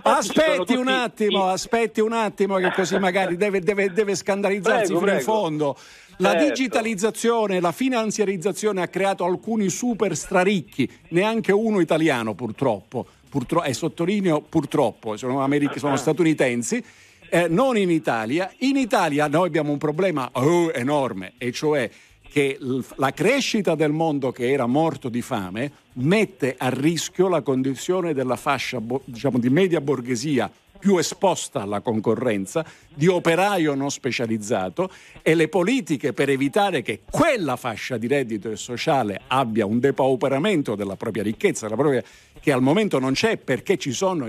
aspetti un attimo che così magari deve scandalizzarsi fino in fondo. La digitalizzazione, la finanziarizzazione ha creato alcuni super straricchi, neanche uno italiano purtroppo, e sottolineo purtroppo, sono statunitensi, non in Italia. In Italia noi abbiamo un problema enorme, e cioè che la crescita del mondo che era morto di fame mette a rischio la condizione della fascia di media borghesia più esposta alla concorrenza, di operaio non specializzato, e le politiche per evitare che quella fascia di reddito e sociale abbia un depauperamento della propria ricchezza, che al momento non c'è, perché ci sono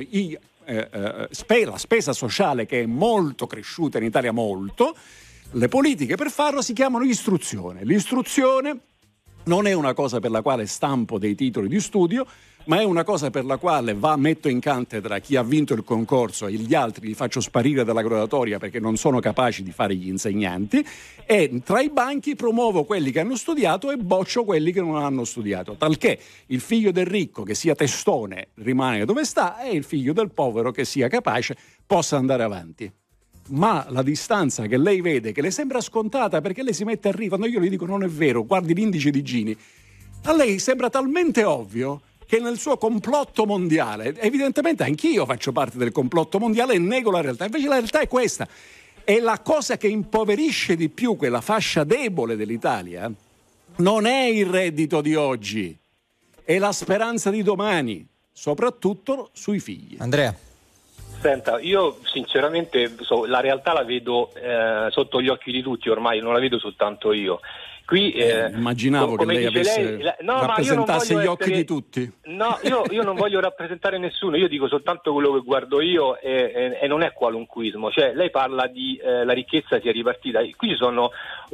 la spesa sociale che è molto cresciuta in Italia, molto. Le politiche per farlo si chiamano istruzione. L'istruzione non è una cosa per la quale stampo dei titoli di studio, ma è una cosa per la quale metto in cattedra chi ha vinto il concorso e gli altri li faccio sparire dalla graduatoria perché non sono capaci di fare gli insegnanti, e tra i banchi promuovo quelli che hanno studiato e boccio quelli che non hanno studiato, talché il figlio del ricco che sia testone rimane dove sta e il figlio del povero che sia capace possa andare avanti. Ma la distanza che lei vede, che le sembra scontata perché lei si mette a ridere, quando io le dico non è vero, guardi l'indice di Gini, a lei sembra talmente ovvio che nel suo complotto mondiale, evidentemente anch'io faccio parte del complotto mondiale e nego la realtà, invece la realtà è questa. E la cosa che impoverisce di più quella fascia debole dell'Italia non è il reddito di oggi, è la speranza di domani, soprattutto sui figli. Andrea. Senta, io sinceramente la realtà la vedo sotto gli occhi di tutti ormai, non la vedo soltanto io. Qui, immaginavo che lei avesse rappresentasse gli occhi di tutti. No, io non voglio rappresentare nessuno, io dico soltanto quello che guardo io e non è qualunquismo. Cioè, lei parla di la ricchezza sia ripartita. Qui ci sono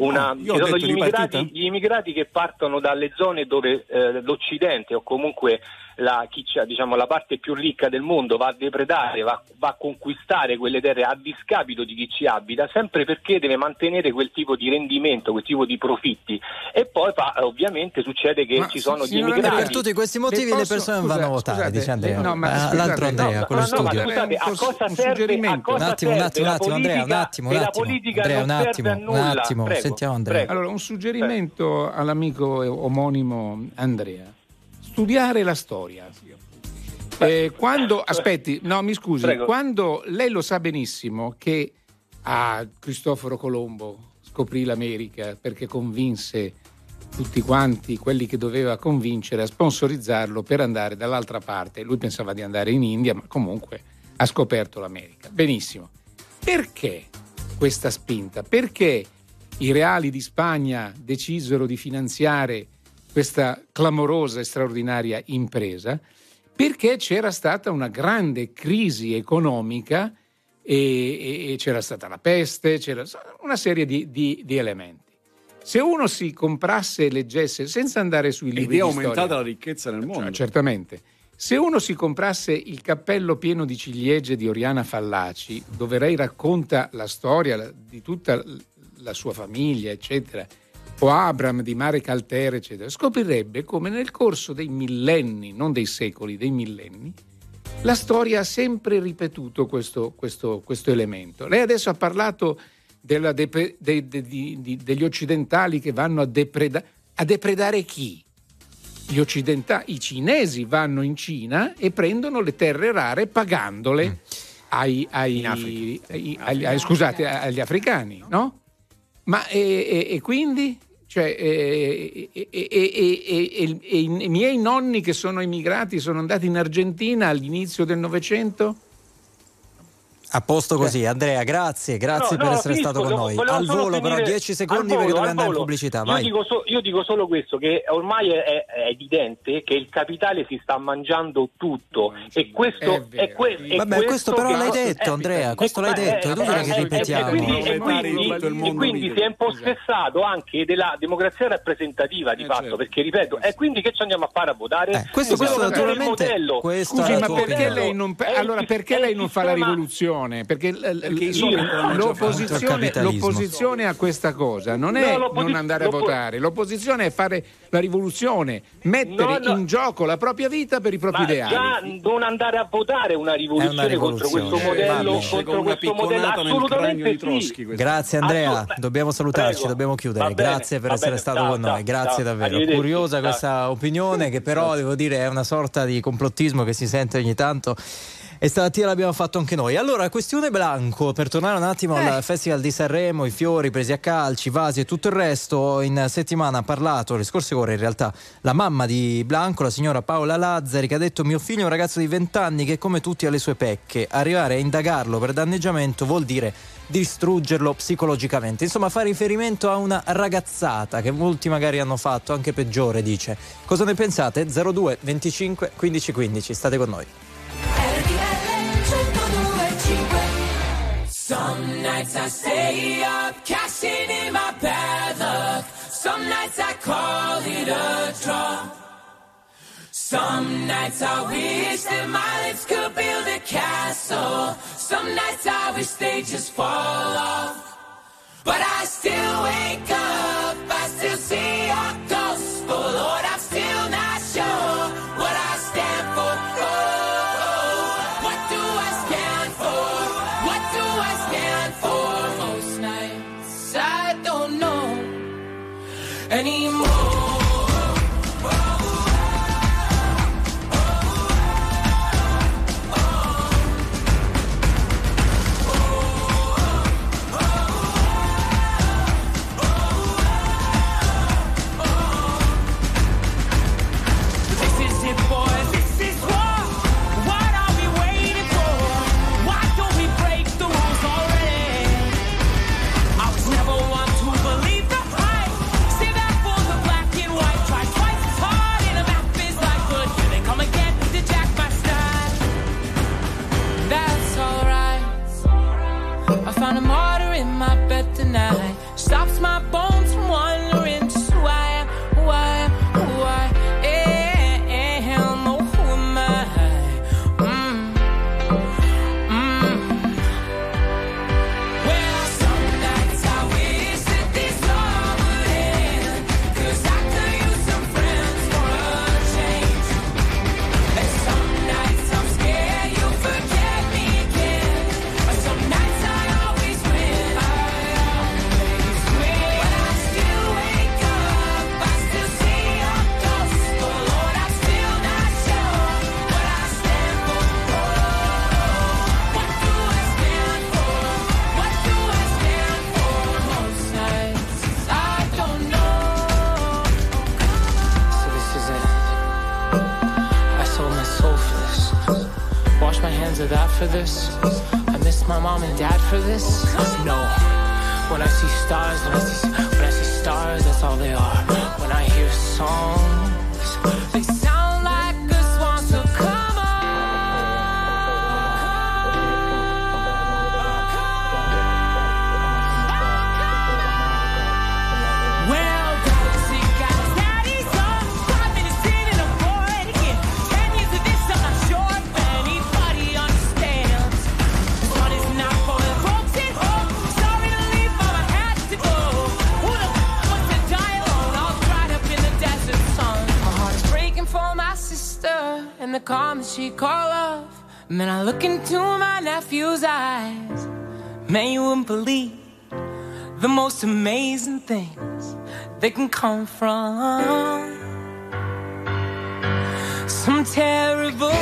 gli immigrati che partono dalle zone dove l'Occidente o comunque la parte più ricca del mondo va a depredare, va a conquistare quelle terre a discapito di chi ci abita, sempre perché deve mantenere quel tipo di rendimento, quel tipo di profitti. E poi ovviamente succede che ci sono gli immigrati. Per tutti questi motivi le persone non vanno a votare, dice Andrea. L'altro Andrea, quello studio. Scusate, a cosa serve? Un attimo, Andrea, un attimo, sentiamo Andrea. Allora, un suggerimento all'amico omonimo Andrea: studiare la storia. Quando lei lo sa benissimo che Cristoforo Colombo scoprì l'America perché convinse tutti quanti quelli che doveva convincere a sponsorizzarlo per andare dall'altra parte. Lui pensava di andare in India, ma comunque ha scoperto l'America. Benissimo. Perché questa spinta? Perché i reali di Spagna decisero di finanziare questa clamorosa e straordinaria impresa? Perché c'era stata una grande crisi economica e c'era stata la peste, c'era una serie di elementi. Se uno si comprasse e leggesse, senza andare sui libri di storia, è aumentata la ricchezza nel mondo. Certamente. Se uno si comprasse il cappello pieno di ciliegie di Oriana Fallaci, dove lei racconta la storia di tutta la sua famiglia, eccetera, o Abram di Mare Caltere, eccetera, scoprirebbe come nel corso dei millenni, non dei secoli, dei millenni, la storia ha sempre ripetuto questo elemento. Lei adesso ha parlato degli occidentali che vanno a depredare chi? I cinesi vanno in Cina e prendono le terre rare pagandole agli africani, no? Ma e quindi? Cioè, i miei nonni che sono immigrati sono andati in Argentina all'inizio del Novecento? A posto così, Andrea, grazie per essere stato con noi. Al volo però 10 secondi perché dobbiamo andare in pubblicità. Vai. Io dico solo questo, che ormai è evidente che il capitale si sta mangiando tutto e questo è questo però l'hai detto, Andrea, questo l'hai detto, è inutile che ripetiamo. E quindi si è impossessato anche della democrazia rappresentativa di fatto, perché ripeto, e quindi che ci andiamo a fare a votare? Questo naturalmente. Scusi, ma perché lei non fa la rivoluzione? Perché l'opposizione a questa cosa non è non andare a votare, l'opposizione è fare la rivoluzione, mettere in gioco la propria vita per i propri ideali. Già non andare a votare una rivoluzione contro questo modello, assolutamente sì. Grazie Andrea, dobbiamo salutarci, dobbiamo chiudere. Grazie per essere stato con noi, grazie davvero. Curiosa questa opinione, che però devo dire è una sorta di complottismo che si sente ogni tanto. E stamattina l'abbiamo fatto anche noi. Allora, questione Blanco, per tornare un attimo al Festival di Sanremo, i fiori presi a calci, i vasi e tutto il resto. In settimana ha parlato, le scorse ore in realtà, la mamma di Blanco, la signora Paola Lazzari, che ha detto: mio figlio è un ragazzo di 20 anni che come tutti ha le sue pecche. Arrivare a indagarlo per danneggiamento vuol dire distruggerlo psicologicamente. Insomma, fa riferimento a una ragazzata che molti magari hanno fatto, anche peggiore, dice. Cosa ne pensate? 02 25 15 15, state con noi. Some nights I stay up, cashing in my bad luck. Some nights I call it a draw. Some nights I wish that my lips could build a castle. Some nights I wish they just fall off. But I still wake up, I still see your ghost. Oh Lord, I'm still not sure what I stand for. What do I stand for? What do I stand for? Most nights I don't know anymore. Found a martyr in my bed tonight. Stops my bones from wandering. Just who I am, who I am, who I am. Oh, who am I? Well, some nights I wish that this all would end, 'cause I could use some friends for a change. And some nights I'm scared you'll forget me again. But some nights I my hands are that for this. I miss my mom and dad for this. No, when I see stars, when I see stars, that's all they are. When I hear songs, they sound like a swan, so come on. Well, dancing got daddy's on. 5 minutes in and I'm bored again. 10 years of this, I'm not sure. And the calm she call off. And then I look into my nephew's eyes. Man, you wouldn't believe the most amazing things that can come from some terrible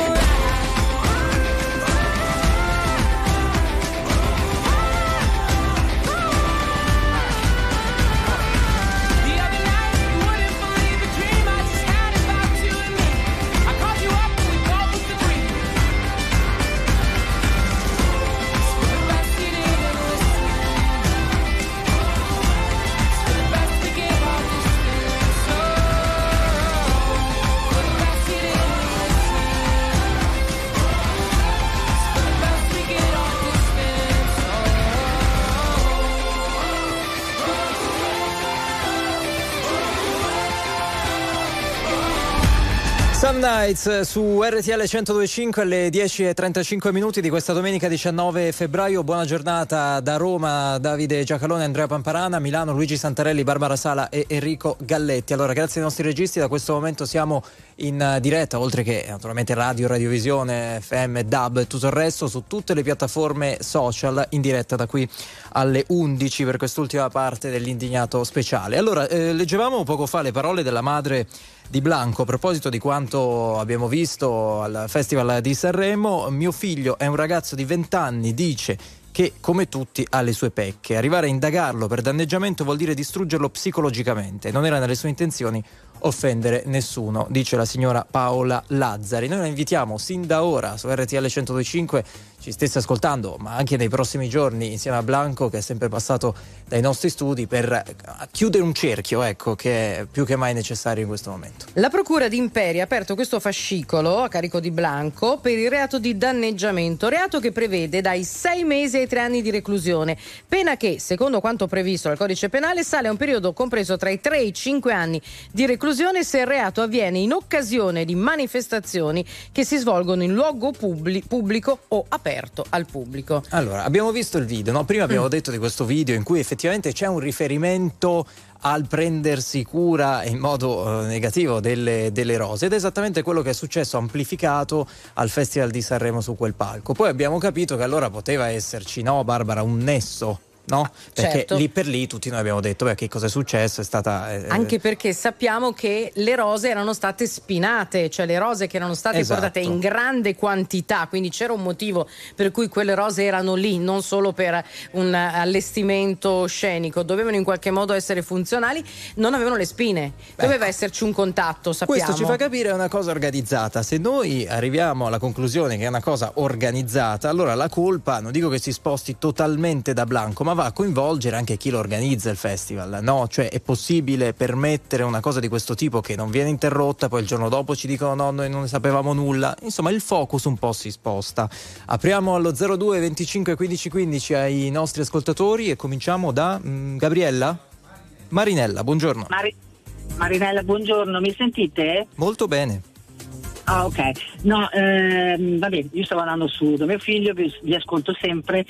Some Nights su RTL 102.5 alle 10:35 di questa domenica 19 febbraio. Buona giornata da Roma, Davide Giacalone, Andrea Pamparana, Milano, Luigi Santarelli, Barbara Sala e Enrico Galletti. Allora, grazie ai nostri registi, da questo momento siamo in diretta, oltre che naturalmente radio, radiovisione, FM, DAB e tutto il resto, su tutte le piattaforme social, in diretta da qui alle 11 per quest'ultima parte dell'Indignato Speciale. Allora, leggevamo poco fa le parole della madre di Blanco a proposito di quanto abbiamo visto al Festival di Sanremo. Mio figlio è un ragazzo di 20 anni, dice che come tutti ha le sue pecche. Arrivare a indagarlo per danneggiamento vuol dire distruggerlo psicologicamente. Non era nelle sue intenzioni offendere nessuno, dice la signora Paola Lazzari. Noi la invitiamo sin da ora su RTL 102.5, ci stesse ascoltando, ma anche nei prossimi giorni insieme a Blanco, che è sempre passato dai nostri studi, per chiudere un cerchio, ecco, che è più che mai necessario in questo momento. La Procura di Imperia ha aperto questo fascicolo a carico di Blanco per il reato di danneggiamento, reato che prevede dai 6 mesi ai 3 anni di reclusione, pena che, secondo quanto previsto dal codice penale, sale a un periodo compreso tra i 3 e i 5 anni di reclusione se il reato avviene in occasione di manifestazioni che si svolgono in luogo pubblico o aperto al pubblico. Allora, abbiamo visto il video, no? Prima abbiamo detto di questo video in cui effettivamente c'è un riferimento al prendersi cura in modo negativo delle rose, ed è esattamente quello che è successo amplificato al Festival di Sanremo su quel palco. Poi abbiamo capito che allora poteva esserci, no, Barbara, un nesso, no? Perché certo, lì per lì tutti noi abbiamo detto che cosa è successo, è stata anche perché sappiamo che le rose erano state spinate, cioè le rose che erano state portate in grande quantità, quindi c'era un motivo per cui quelle rose erano lì, non solo per un allestimento scenico, dovevano in qualche modo essere funzionali, non avevano le spine, doveva esserci un contatto, sappiamo. Questo ci fa capire è una cosa organizzata. Se noi arriviamo alla conclusione che è una cosa organizzata, allora la colpa, non dico che si sposti totalmente da Blanco, ma va a coinvolgere anche chi lo organizza il festival, no? Cioè, è possibile permettere una cosa di questo tipo che non viene interrotta, poi il giorno dopo ci dicono no, noi non ne sapevamo nulla. Insomma, il focus un po' si sposta. Apriamo allo 02 25 15 15 ai nostri ascoltatori e cominciamo da Gabriella? Marinella, buongiorno. Marinella, buongiorno, mi sentite? Molto bene. Ah, ok. No, vabbè, io stavo andando su da mio figlio, vi ascolto sempre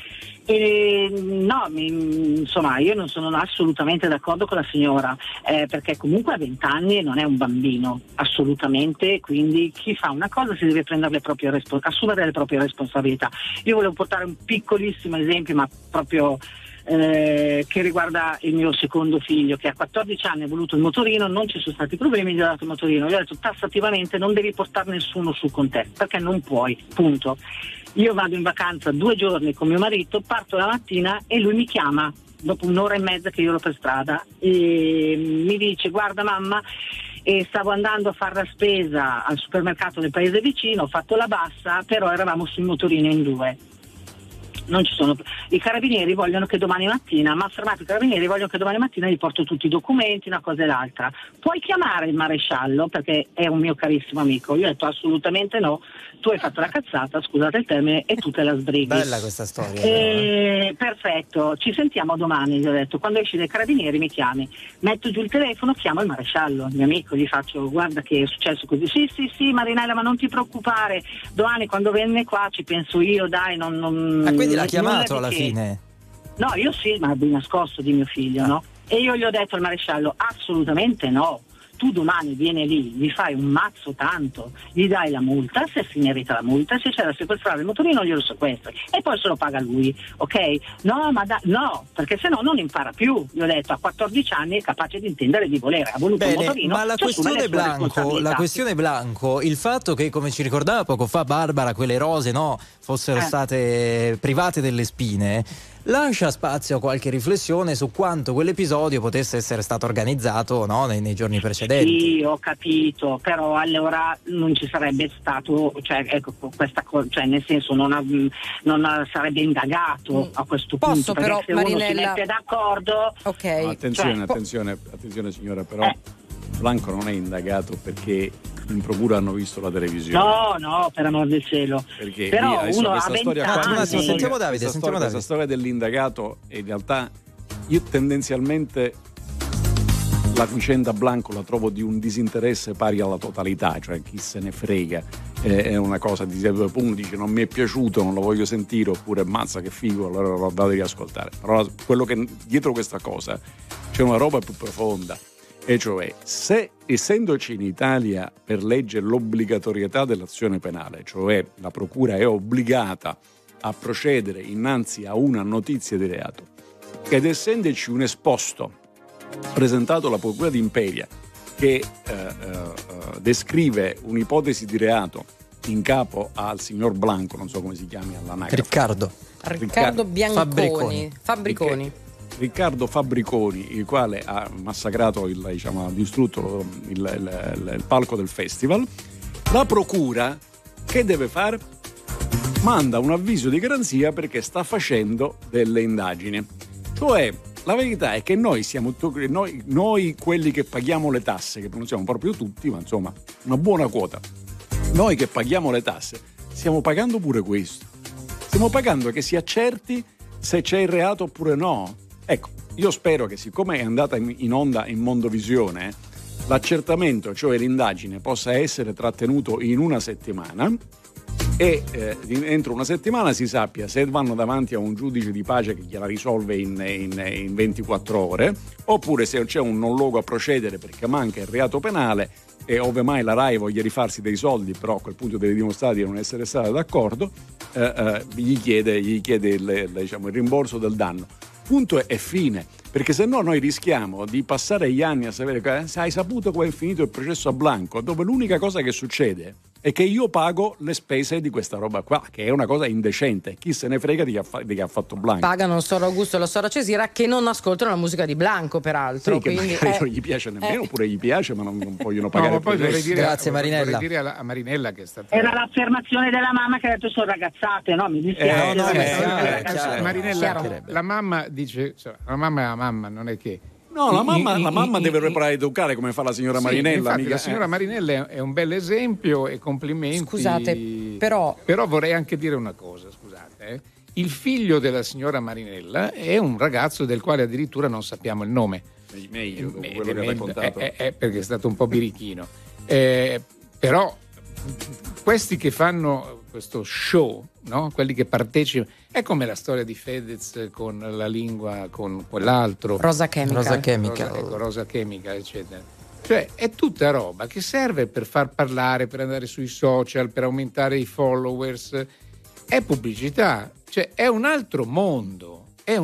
e no, insomma, io non sono assolutamente d'accordo con la signora, perché comunque ha 20 anni e non è un bambino, assolutamente, quindi chi fa una cosa si deve prendere assumere le proprie responsabilità. Io volevo portare un piccolissimo esempio, ma proprio che riguarda il mio secondo figlio, che a 14 anni ha voluto il motorino, non ci sono stati problemi, gli ho dato il motorino, gli ho detto tassativamente non devi portare nessuno su con te perché non puoi, punto. Io vado in vacanza 2 giorni con mio marito, parto la mattina e lui mi chiama dopo 1 ora e mezza che io ero per strada e mi dice guarda mamma, e stavo andando a fare la spesa al supermercato del paese vicino, ho fatto la bassa, però eravamo sul motorino in 2. Non ci sono. I carabinieri vogliono che domani mattina, mi ha fermato i carabinieri, vogliono che domani mattina gli porto tutti i documenti, una cosa e l'altra. Puoi chiamare il maresciallo perché è un mio carissimo amico. Io ho detto assolutamente no, tu hai fatto la cazzata, scusate il termine, e tu te la sbrighi. Bella questa storia. Perfetto, ci sentiamo domani, gli ho detto, quando esci dai carabinieri mi chiami. Metto giù il telefono, chiamo il maresciallo, il mio amico, gli faccio guarda che è successo così. Sì Marinella, ma non ti preoccupare, domani quando venne qua ci penso io, dai, non quindi l'ha chiamato alla fine? No, io sì, ma di nascosto di mio figlio, no? E io gli ho detto al maresciallo assolutamente no. Tu domani vieni lì, gli fai un mazzo tanto, gli dai la multa, se si merita la multa, se c'è da sequestrare il motorino glielo sequestri e poi se lo paga lui, ok? No, no, perché se no non impara più. Gli ho detto a 14 anni è capace di intendere e di volere, ha voluto un motorino. Ma la questione Blanco, il fatto che, come ci ricordava poco fa Barbara, quelle rose fossero state private delle spine, lascia spazio a qualche riflessione su quanto quell'episodio potesse essere stato organizzato nei giorni precedenti. Sì, ho capito, però allora non ci sarebbe stato, questa cosa, nel senso non sarebbe indagato a questo punto. Però, se Marinella, uno si mette d'accordo. Ok. No, attenzione signora, però Blanco non è indagato perché in procura hanno visto la televisione. No, per amor del cielo. Perché però lì, uno ha questa storia qua, sentiamo Davide. Questa storia dell'indagato in realtà io tendenzialmente la vicenda Blanco la trovo di un disinteresse pari alla totalità, cioè chi se ne frega, è una cosa di uno dice non mi è piaciuto, non lo voglio sentire, oppure mazza che figo, allora lo vado a riascoltare. Però quello che dietro questa cosa c'è una roba più profonda, e cioè se essendoci in Italia per legge l'obbligatorietà dell'azione penale, cioè la procura è obbligata a procedere innanzi a una notizia di reato, ed essendoci un esposto presentato alla procura di Imperia che descrive un'ipotesi di reato in capo al signor Blanco, non so come si chiami all'anagrafe, Riccardo Bianconi Fabbriconi. Riccardo Fabbriconi, il quale ha massacrato ha distrutto il palco del festival. La procura che deve fare? Manda un avviso di garanzia perché sta facendo delle indagini. Cioè, la verità è che noi siamo noi quelli che paghiamo le tasse, che non siamo proprio tutti, ma insomma una buona quota. Noi che paghiamo le tasse stiamo pagando pure questo. Stiamo pagando che si accerti se c'è il reato oppure no. Ecco, io spero che, siccome è andata in onda in Mondovisione, l'accertamento, cioè l'indagine, possa essere trattenuto in una settimana e entro una settimana si sappia se vanno davanti a un giudice di pace che gliela risolve in 24 ore, oppure se c'è un non luogo a procedere perché manca il reato penale e ove mai la RAI voglia rifarsi dei soldi, però a quel punto deve dimostrare di non essere stata d'accordo, gli chiede il rimborso del danno. Punto e fine, perché se no noi rischiamo di passare gli anni a sapere hai saputo come è finito il processo a Blanco, dove l'unica cosa che succede è che io pago le spese di questa roba qua, che è una cosa indecente. Chi se ne frega di chi ha fatto Blanco? Pagano solo Augusto e la Sora Cesira, che non ascoltano la musica di Blanco, peraltro. Sì, quindi, che non gli piace nemmeno, oppure gli piace, ma non vogliono pagare. No, ma poi Grazie Marinella. Vorrei dire a Marinella che è stata... Era l'affermazione della mamma che ha detto sono ragazzate, no? Mi dispiace. Marinella, la mamma dice, la mamma è la mamma, non è che... No, la mamma deve preparare ed educare come fa la signora Marinella. Infatti, la signora Marinella è un bel esempio e complimenti. Scusate, però vorrei anche dire una cosa, scusate. Il figlio della signora Marinella è un ragazzo del quale addirittura non sappiamo il nome. Meglio, quello che ha raccontato. Perché è stato un po' birichino. Però questi che fanno questo show, no? Quelli che partecipano, è come la storia di Fedez con la lingua, con quell'altro Rosa Chemical, eccetera. Cioè è tutta roba che serve per far parlare, per andare sui social, per aumentare i followers, è pubblicità, cioè è un altro mondo,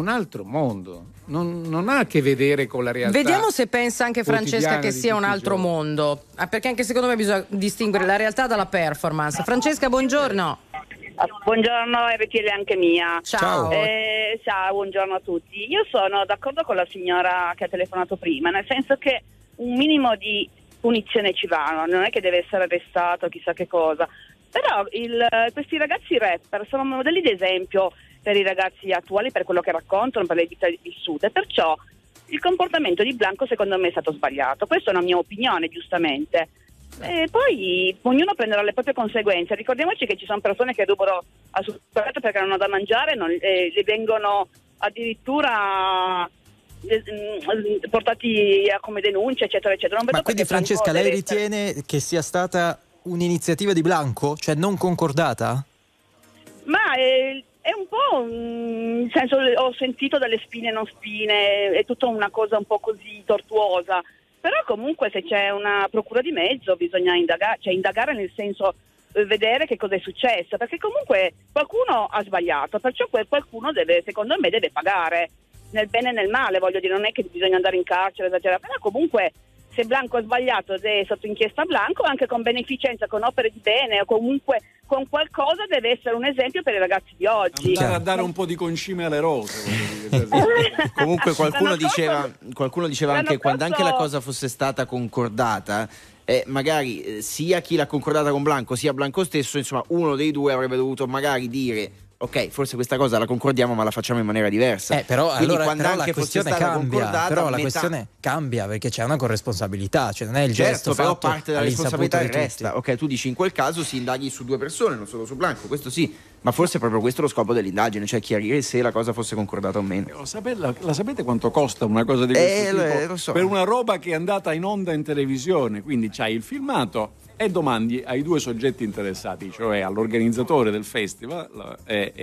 non ha a che vedere con la realtà. Vediamo se pensa anche Francesca che sia un altro mondo, perché anche secondo me bisogna distinguere la realtà dalla performance. Francesca, buongiorno. Buongiorno, RTL anche mia. Ciao. Ciao, buongiorno a tutti. Io sono d'accordo con la signora che ha telefonato prima, nel senso che un minimo di punizione ci va, non è che deve essere arrestato chissà che cosa, però questi ragazzi rapper sono modelli d'esempio per i ragazzi attuali, per quello che raccontano, per le vite vissute, perciò il comportamento di Blanco secondo me è stato sbagliato. Questa è una mia opinione, giustamente. E poi ognuno prenderà le proprie conseguenze. Ricordiamoci che ci sono persone che rubano al supermercato perché non hanno da mangiare, le vengono addirittura portati come denunce, eccetera, eccetera. Ma quindi Francesca, lei ritiene che sia stata un'iniziativa di Blanco, cioè non concordata? Ma è un po', nel senso, ho sentito delle spine non spine, è tutta una cosa un po' così tortuosa. Però comunque se c'è una procura di mezzo bisogna indagare nel senso vedere che cosa è successo, perché comunque qualcuno ha sbagliato, perciò qualcuno secondo me deve pagare, nel bene e nel male, voglio dire, non è che bisogna andare in carcere, esagerare, però comunque se Blanco ha sbagliato ed è sotto inchiesta Blanco, anche con beneficenza, con opere di bene o comunque con qualcosa deve essere un esempio per i ragazzi di oggi. Andare a dare un po' di concime alle rose. Comunque qualcuno diceva anche quando anche la cosa fosse stata concordata, magari sia chi l'ha concordata con Blanco sia Blanco stesso, insomma uno dei due avrebbe dovuto magari dire ok, forse questa cosa la concordiamo ma la facciamo in maniera diversa. Però quindi allora quando però anche la questione cambia, però la questione cambia perché c'è una corresponsabilità, cioè non è il gesto però fatto parte della responsabilità di resta. Ok, tu dici in quel caso si indaghi su due persone, non solo su Blanco, questo sì, Ma forse è proprio questo lo scopo dell'indagine, cioè chiarire se la cosa fosse concordata o meno. La sapete quanto costa una cosa di questo tipo? Lo so. Per una roba che è andata in onda in televisione, quindi c'hai il filmato e domandi ai due soggetti interessati, cioè all'organizzatore del festival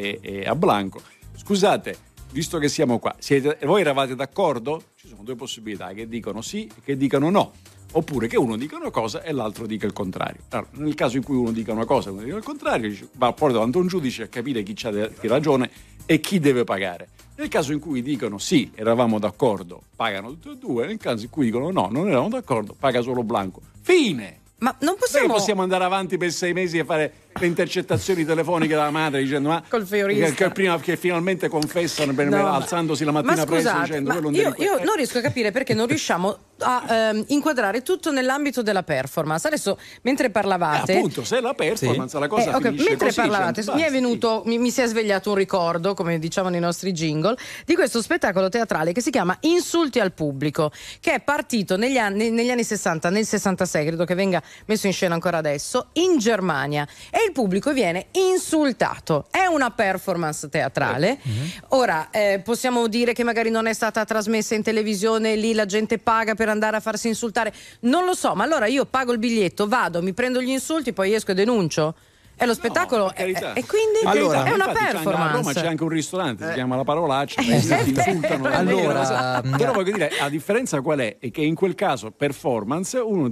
e a Blanco: scusate, visto che siamo qua, voi eravate d'accordo? Ci sono due possibilità, che dicono sì e che dicono no, oppure che uno dica una cosa e l'altro dica il contrario. Allora, nel caso in cui uno dica una cosa e uno dica il contrario, va poi davanti a un giudice a capire chi c'ha di ragione e chi deve pagare. Nel caso in cui dicono sì, eravamo d'accordo, pagano tutti e due. Nel caso in cui dicono no, non eravamo d'accordo, paga solo Blanco. Fine! Ma non possiamo andare avanti per 6 mesi e fare le intercettazioni telefoniche dalla madre dicendo ma col fiorista che finalmente confessano alzandosi la mattina presto dicendo io non riesco a capire perché non riusciamo a inquadrare tutto nell'ambito della performance. Adesso mentre parlavate appunto, se la performance la cosa finisce mentre così, parlavate mi è venuto mi si è svegliato un ricordo, come dicevano i nostri jingle, di questo spettacolo teatrale che si chiama Insulti al pubblico, che è partito negli anni 60, nel 66 credo che venga messo in scena ancora adesso in Germania, e il pubblico viene insultato. È una performance teatrale. Ora possiamo dire che magari non è stata trasmessa in televisione, lì la gente paga per andare a farsi insultare, non lo so, ma allora io pago il biglietto, vado, mi prendo gli insulti, poi esco e denuncio. È lo spettacolo e quindi allora, è una performance. A Roma c'è anche un risotto, si chiama La Parolaccia, insultano. Allora, però voglio dire, la differenza qual è? È che in quel caso performance uno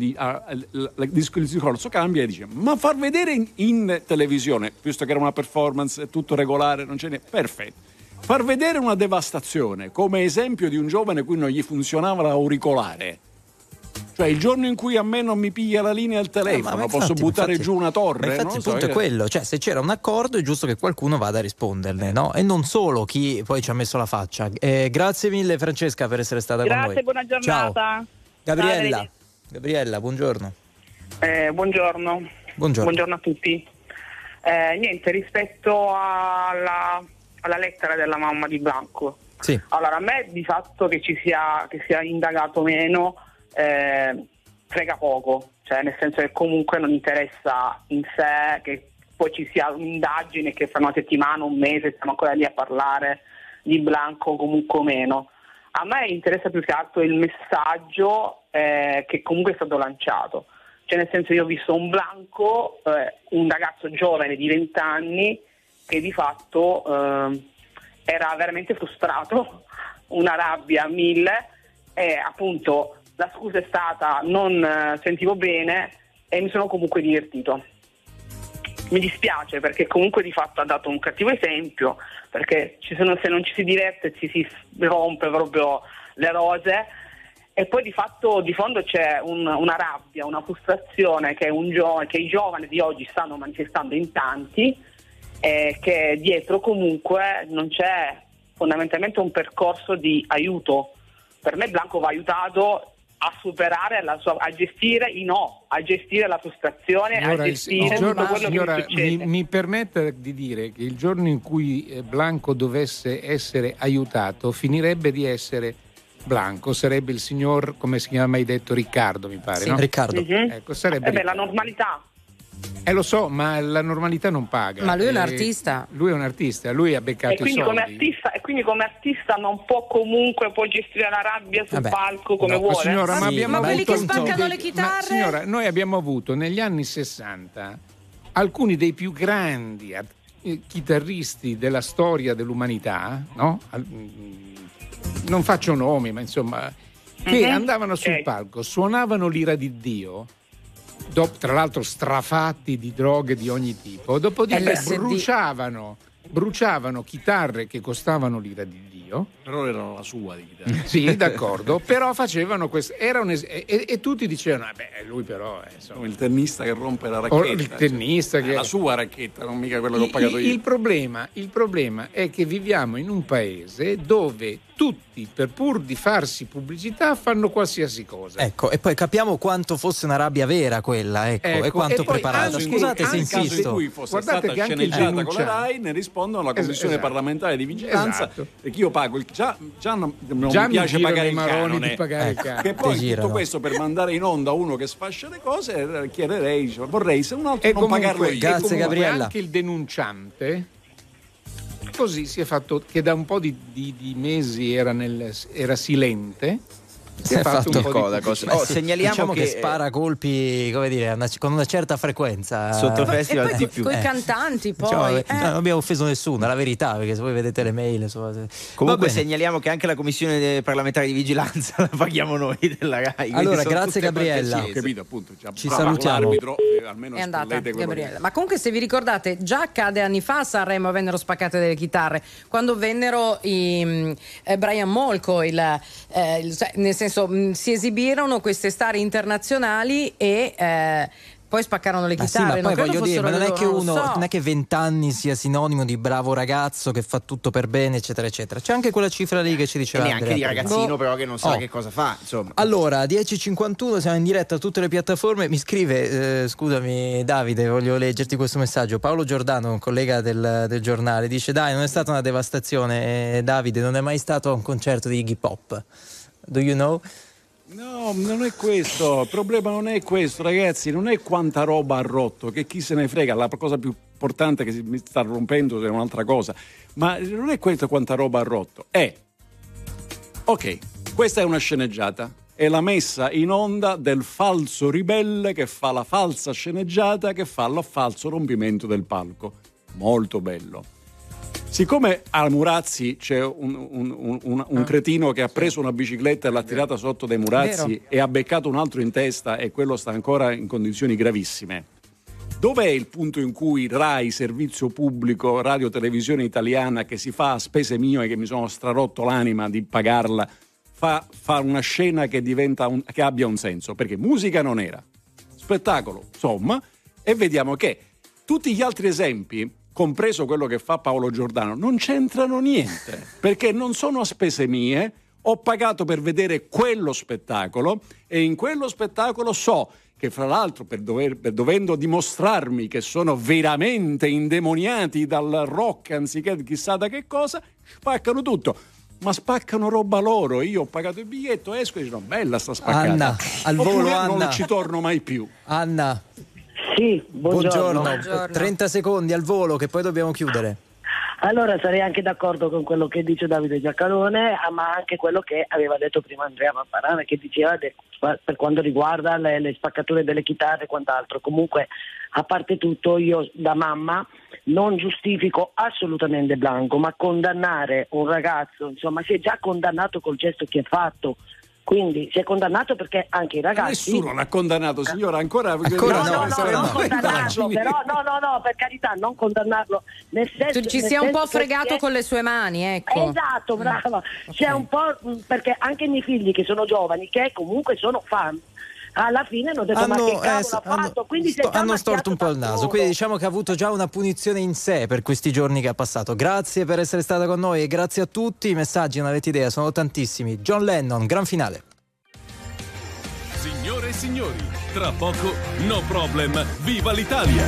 il discorso cambia e dice ma far vedere in televisione, visto che era una performance, è tutto regolare, non ce n'è, perfetto. Far vedere una devastazione come esempio di un giovane cui non gli funzionava l'auricolare, cioè il giorno in cui a me non mi piglia la linea al telefono, posso buttare giù una torre. Infatti il punto è quello, cioè se c'era un accordo è giusto che qualcuno vada a risponderne, no? E non solo chi poi ci ha messo la faccia. Grazie mille Francesca per essere stata con noi. Grazie, buona giornata. Ciao. Gabriella, buongiorno. Buongiorno. Buongiorno a tutti. Niente, rispetto alla lettera della mamma di Blanco. Sì. Allora, a me di fatto che sia indagato meno frega poco, cioè nel senso che comunque non interessa in sé che poi ci sia un'indagine che fra una settimana, un mese stiamo ancora lì a parlare di Blanco comunque o meno. A me interessa più che altro il messaggio che comunque è stato lanciato, cioè nel senso io ho visto un Blanco, un ragazzo giovane di 20 anni che di fatto era veramente frustrato, una rabbia a 1000 e appunto la scusa è stata non sentivo bene e mi sono comunque divertito. Mi dispiace perché comunque di fatto ha dato un cattivo esempio, perché se non ci si diverte ci si rompe proprio le rose, e poi di fatto di fondo c'è una rabbia, una frustrazione che i giovani di oggi stanno manifestando in tanti, e che dietro comunque non c'è fondamentalmente un percorso di aiuto. Per me Blanco va aiutato a superare a gestire la frustrazione, allora, a gestire tutto quello che succede. Mi permetta di dire che il giorno in cui Blanco dovesse essere aiutato finirebbe di essere Blanco, sarebbe il signor, come si chiama, mai detto, Riccardo, mi pare, sì, no? Riccardo. Ecco, sarebbe la normalità. Lo so, ma la normalità non paga. Ma lui è un artista. Lui è un artista, lui ha beccato i soldi. Quindi come artista non può gestire la rabbia sul palco come vuole. Signora, ma quelli che spaccano le chitarre. Signora, noi abbiamo avuto negli anni 60 alcuni dei più grandi chitarristi della storia dell'umanità, no? Non faccio nomi, ma insomma, che andavano sul palco, suonavano l'ira di Dio, tra l'altro strafatti di droghe di ogni tipo, dopodiché bruciavano chitarre che costavano l'ira di Dio. Però era la sua di chitarra. Sì, d'accordo, però facevano questo, e tutti dicevano lui però insomma, il tennista che rompe la racchetta, il tennista che la sua racchetta, non mica quello che ho pagato io. Il problema è che viviamo in un paese dove tutti, per pur di farsi pubblicità, fanno qualsiasi cosa. Ecco, e poi capiamo quanto fosse una rabbia vera quella, ecco, e quanto preparata. Scusate se insisto. In cui fosse stata sceneggiata con la RAI, ne rispondono alla Commissione parlamentare di vigilanza, perché io pago già non mi piace pagare il canone, che poi tutto questo per mandare in onda uno che sfascia le cose, chiederei, vorrei se un altro non pagarlo io. Grazie Gabriella. Anche il denunciante così si è fatto, che da un po' di mesi era silente, si è fatto un po' di segnaliamo diciamo che spara colpi, come dire, con una certa frequenza sotto festival e poi di più. Coi cantanti poi diciamo, non abbiamo offeso nessuno, la verità, perché se voi vedete le mail comunque segnaliamo che anche la commissione parlamentare di vigilanza la paghiamo noi della RAI. Allora grazie Gabriella, ho capito, appunto, ci salutiamo. Almeno è andata Gabriella, ma comunque se vi ricordate già accade anni fa a Sanremo vennero spaccate delle chitarre quando vennero i Brian Molko, nel senso si esibirono queste star internazionali e poi spaccarono le chitarre. Ma poi voglio dire, ma non è che non è che 20 anni sia sinonimo di bravo ragazzo che fa tutto per bene, eccetera eccetera. C'è anche quella cifra lì che ci diceva e neanche di ragazzino però che non sa che cosa fa, insomma. Allora 10:51, siamo in diretta a tutte le piattaforme. Mi scrive scusami Davide, voglio leggerti questo messaggio. Paolo Giordano, un collega del giornale, dice: dai, non è stata una devastazione, Davide, non è mai stato a un concerto di Iggy Pop. Do you know? No, non è questo, il problema non è questo, ragazzi, non è quanta roba ha rotto, che chi se ne frega, la cosa più importante che mi sta rompendo è un'altra cosa, ma non è questo quanta roba ha rotto, ok, questa è una sceneggiata, è la messa in onda del falso ribelle che fa la falsa sceneggiata che fa il falso rompimento del palco, molto bello. Siccome a Murazzi c'è un cretino che ha preso una bicicletta e l'ha tirata sotto dai Murazzi e ha beccato un altro in testa e quello sta ancora in condizioni gravissime, dov'è il punto in cui RAI, servizio pubblico, radio televisione italiana, che si fa a spese mie e che mi sono strarotto l'anima di pagarla, fa una scena che che abbia un senso? Perché musica non era, spettacolo, insomma, e vediamo che tutti gli altri esempi, compreso quello che fa Paolo Giordano, non c'entrano niente, perché non sono a spese mie, ho pagato per vedere quello spettacolo e in quello spettacolo so che fra l'altro dovendo dimostrarmi che sono veramente indemoniati dal rock anziché chissà da che cosa, spaccano tutto. Ma spaccano roba loro, io ho pagato il biglietto, esco e dico bella sta spaccata. Anna, al volo Anna. Non ci torno mai più. Anna. Sì, buongiorno. 30 secondi al volo che poi dobbiamo chiudere. Allora sarei anche d'accordo con quello che dice Davide Giacalone, ma anche quello che aveva detto prima Andrea Mamparana, che diceva per quanto riguarda le spaccature delle chitarre e quant'altro. Comunque, a parte tutto, io da mamma non giustifico assolutamente Blanco, ma condannare un ragazzo, insomma, si è già condannato col gesto che ha fatto. Quindi si è condannato perché anche i ragazzi... Nessuno l'ha condannato, signora, ancora non condannarlo, però no, per carità, non condannarlo. Nel senso, ci sia un po' fregato con le sue mani, ecco. Esatto, brava. C'è un po', perché anche i miei figli che sono giovani, che comunque sono fan, alla fine hanno detto ma che cavolo ha fatto, quindi hanno storto un po' il naso, quindi diciamo che ha avuto già una punizione in sé per questi giorni che ha passato. Grazie per essere stata con noi e grazie a tutti. I messaggi, non avete idea, sono tantissimi. John Lennon, gran finale. Signore e signori, tra poco No Problem, viva l'Italia.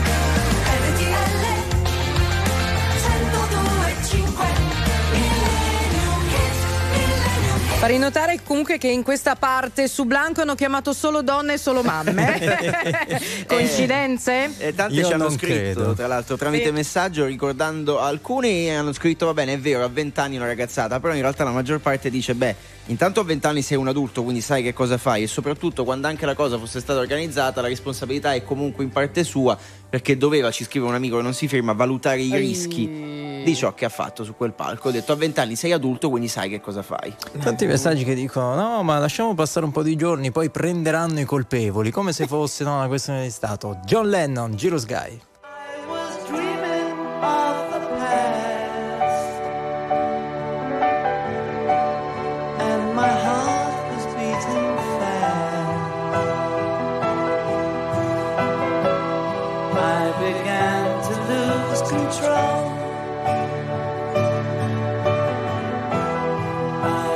Farei notare comunque che in questa parte su Blanco hanno chiamato solo donne e solo mamme. Coincidenze? Tanti Io ci hanno non scritto, credo. tra l'altro, tramite messaggio, ricordando alcuni hanno scritto va bene, è vero, a 20 anni una ragazzata, però in realtà la maggior parte dice intanto a 20 anni sei un adulto, quindi sai che cosa fai, e soprattutto quando anche la cosa fosse stata organizzata la responsabilità è comunque in parte sua, perché doveva, ci scrive un amico che non si firma, valutare i rischi di ciò che ha fatto su quel palco. Ho detto a 20 anni sei adulto, quindi sai che cosa fai. Tanti messaggi che dicono no, ma lasciamo passare un po' di giorni, poi prenderanno i colpevoli, come se fosse una questione di stato. John Lennon, Giro Sky. I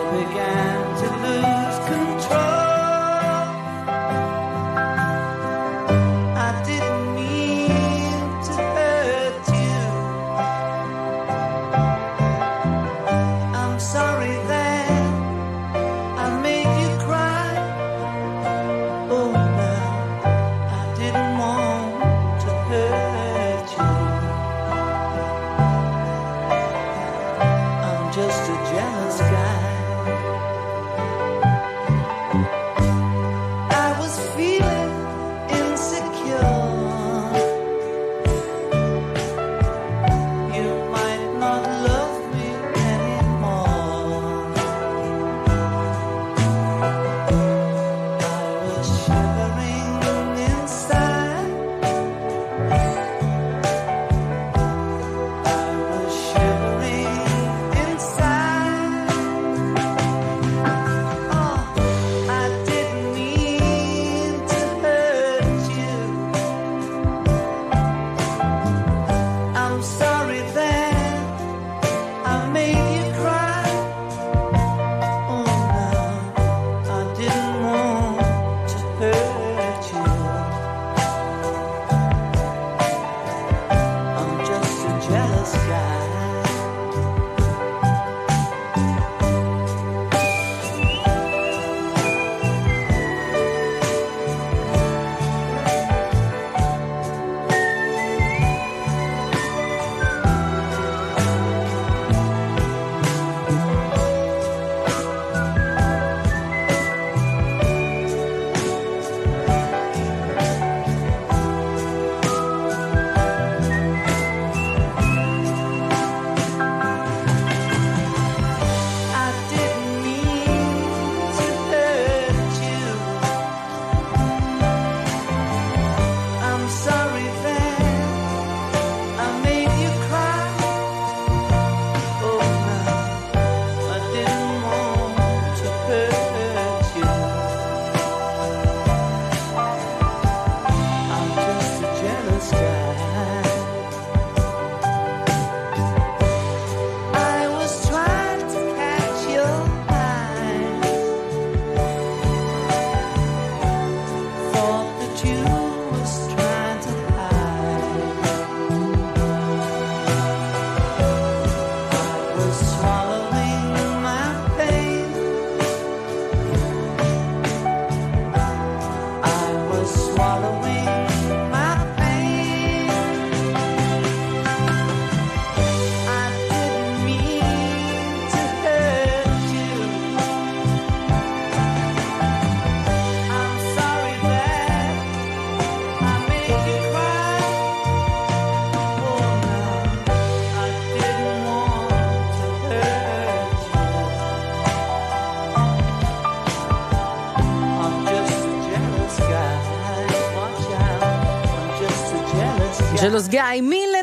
Jealous Guy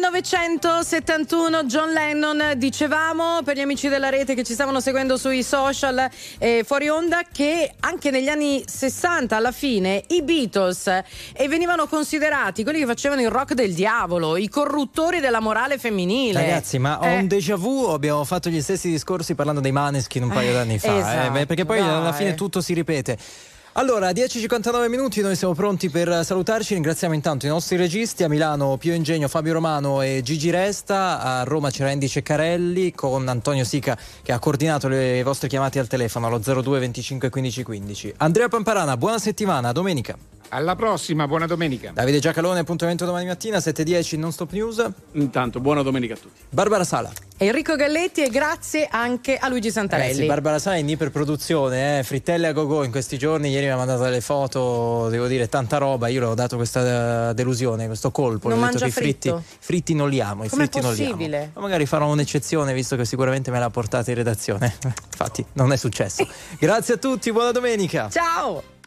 1971, John Lennon. Dicevamo per gli amici della rete che ci stavano seguendo sui social fuori onda che anche negli anni 60 alla fine i Beatles venivano considerati quelli che facevano il rock del diavolo, i corruttori della morale femminile. Ragazzi, ma ho un déjà vu, abbiamo fatto gli stessi discorsi parlando dei Maneskin un paio d'anni fa, esatto, perché poi alla fine tutto si ripete. Allora, 10:59 minuti, noi siamo pronti per salutarci. Ringraziamo intanto i nostri registi: a Milano Pio Ingegno, Fabio Romano e Gigi Resta, a Roma c'era Andy Ceccarelli con Antonio Sica che ha coordinato le vostre chiamate al telefono allo 02 25 15 15. Andrea Pamparana, buona settimana, a domenica. Alla prossima, buona domenica. Davide Giacalone, appuntamento domani mattina 7:10 Non Stop News. Intanto buona domenica a tutti. Barbara Sala, Enrico Galletti, e grazie anche a Luigi Santarelli. Ragazzi, Barbara Sala in iperproduzione, frittelle a go-go in questi giorni. Ieri mi ha mandato delle foto, devo dire tanta roba. Io le ho dato questa delusione, questo colpo. Non ho mangia detto che fritti non li amo. Com'è fritti non li possibile? amo. Ma magari farò un'eccezione, visto che sicuramente me l'ha portata in redazione. Infatti non è successo. Grazie a tutti, buona domenica. Ciao.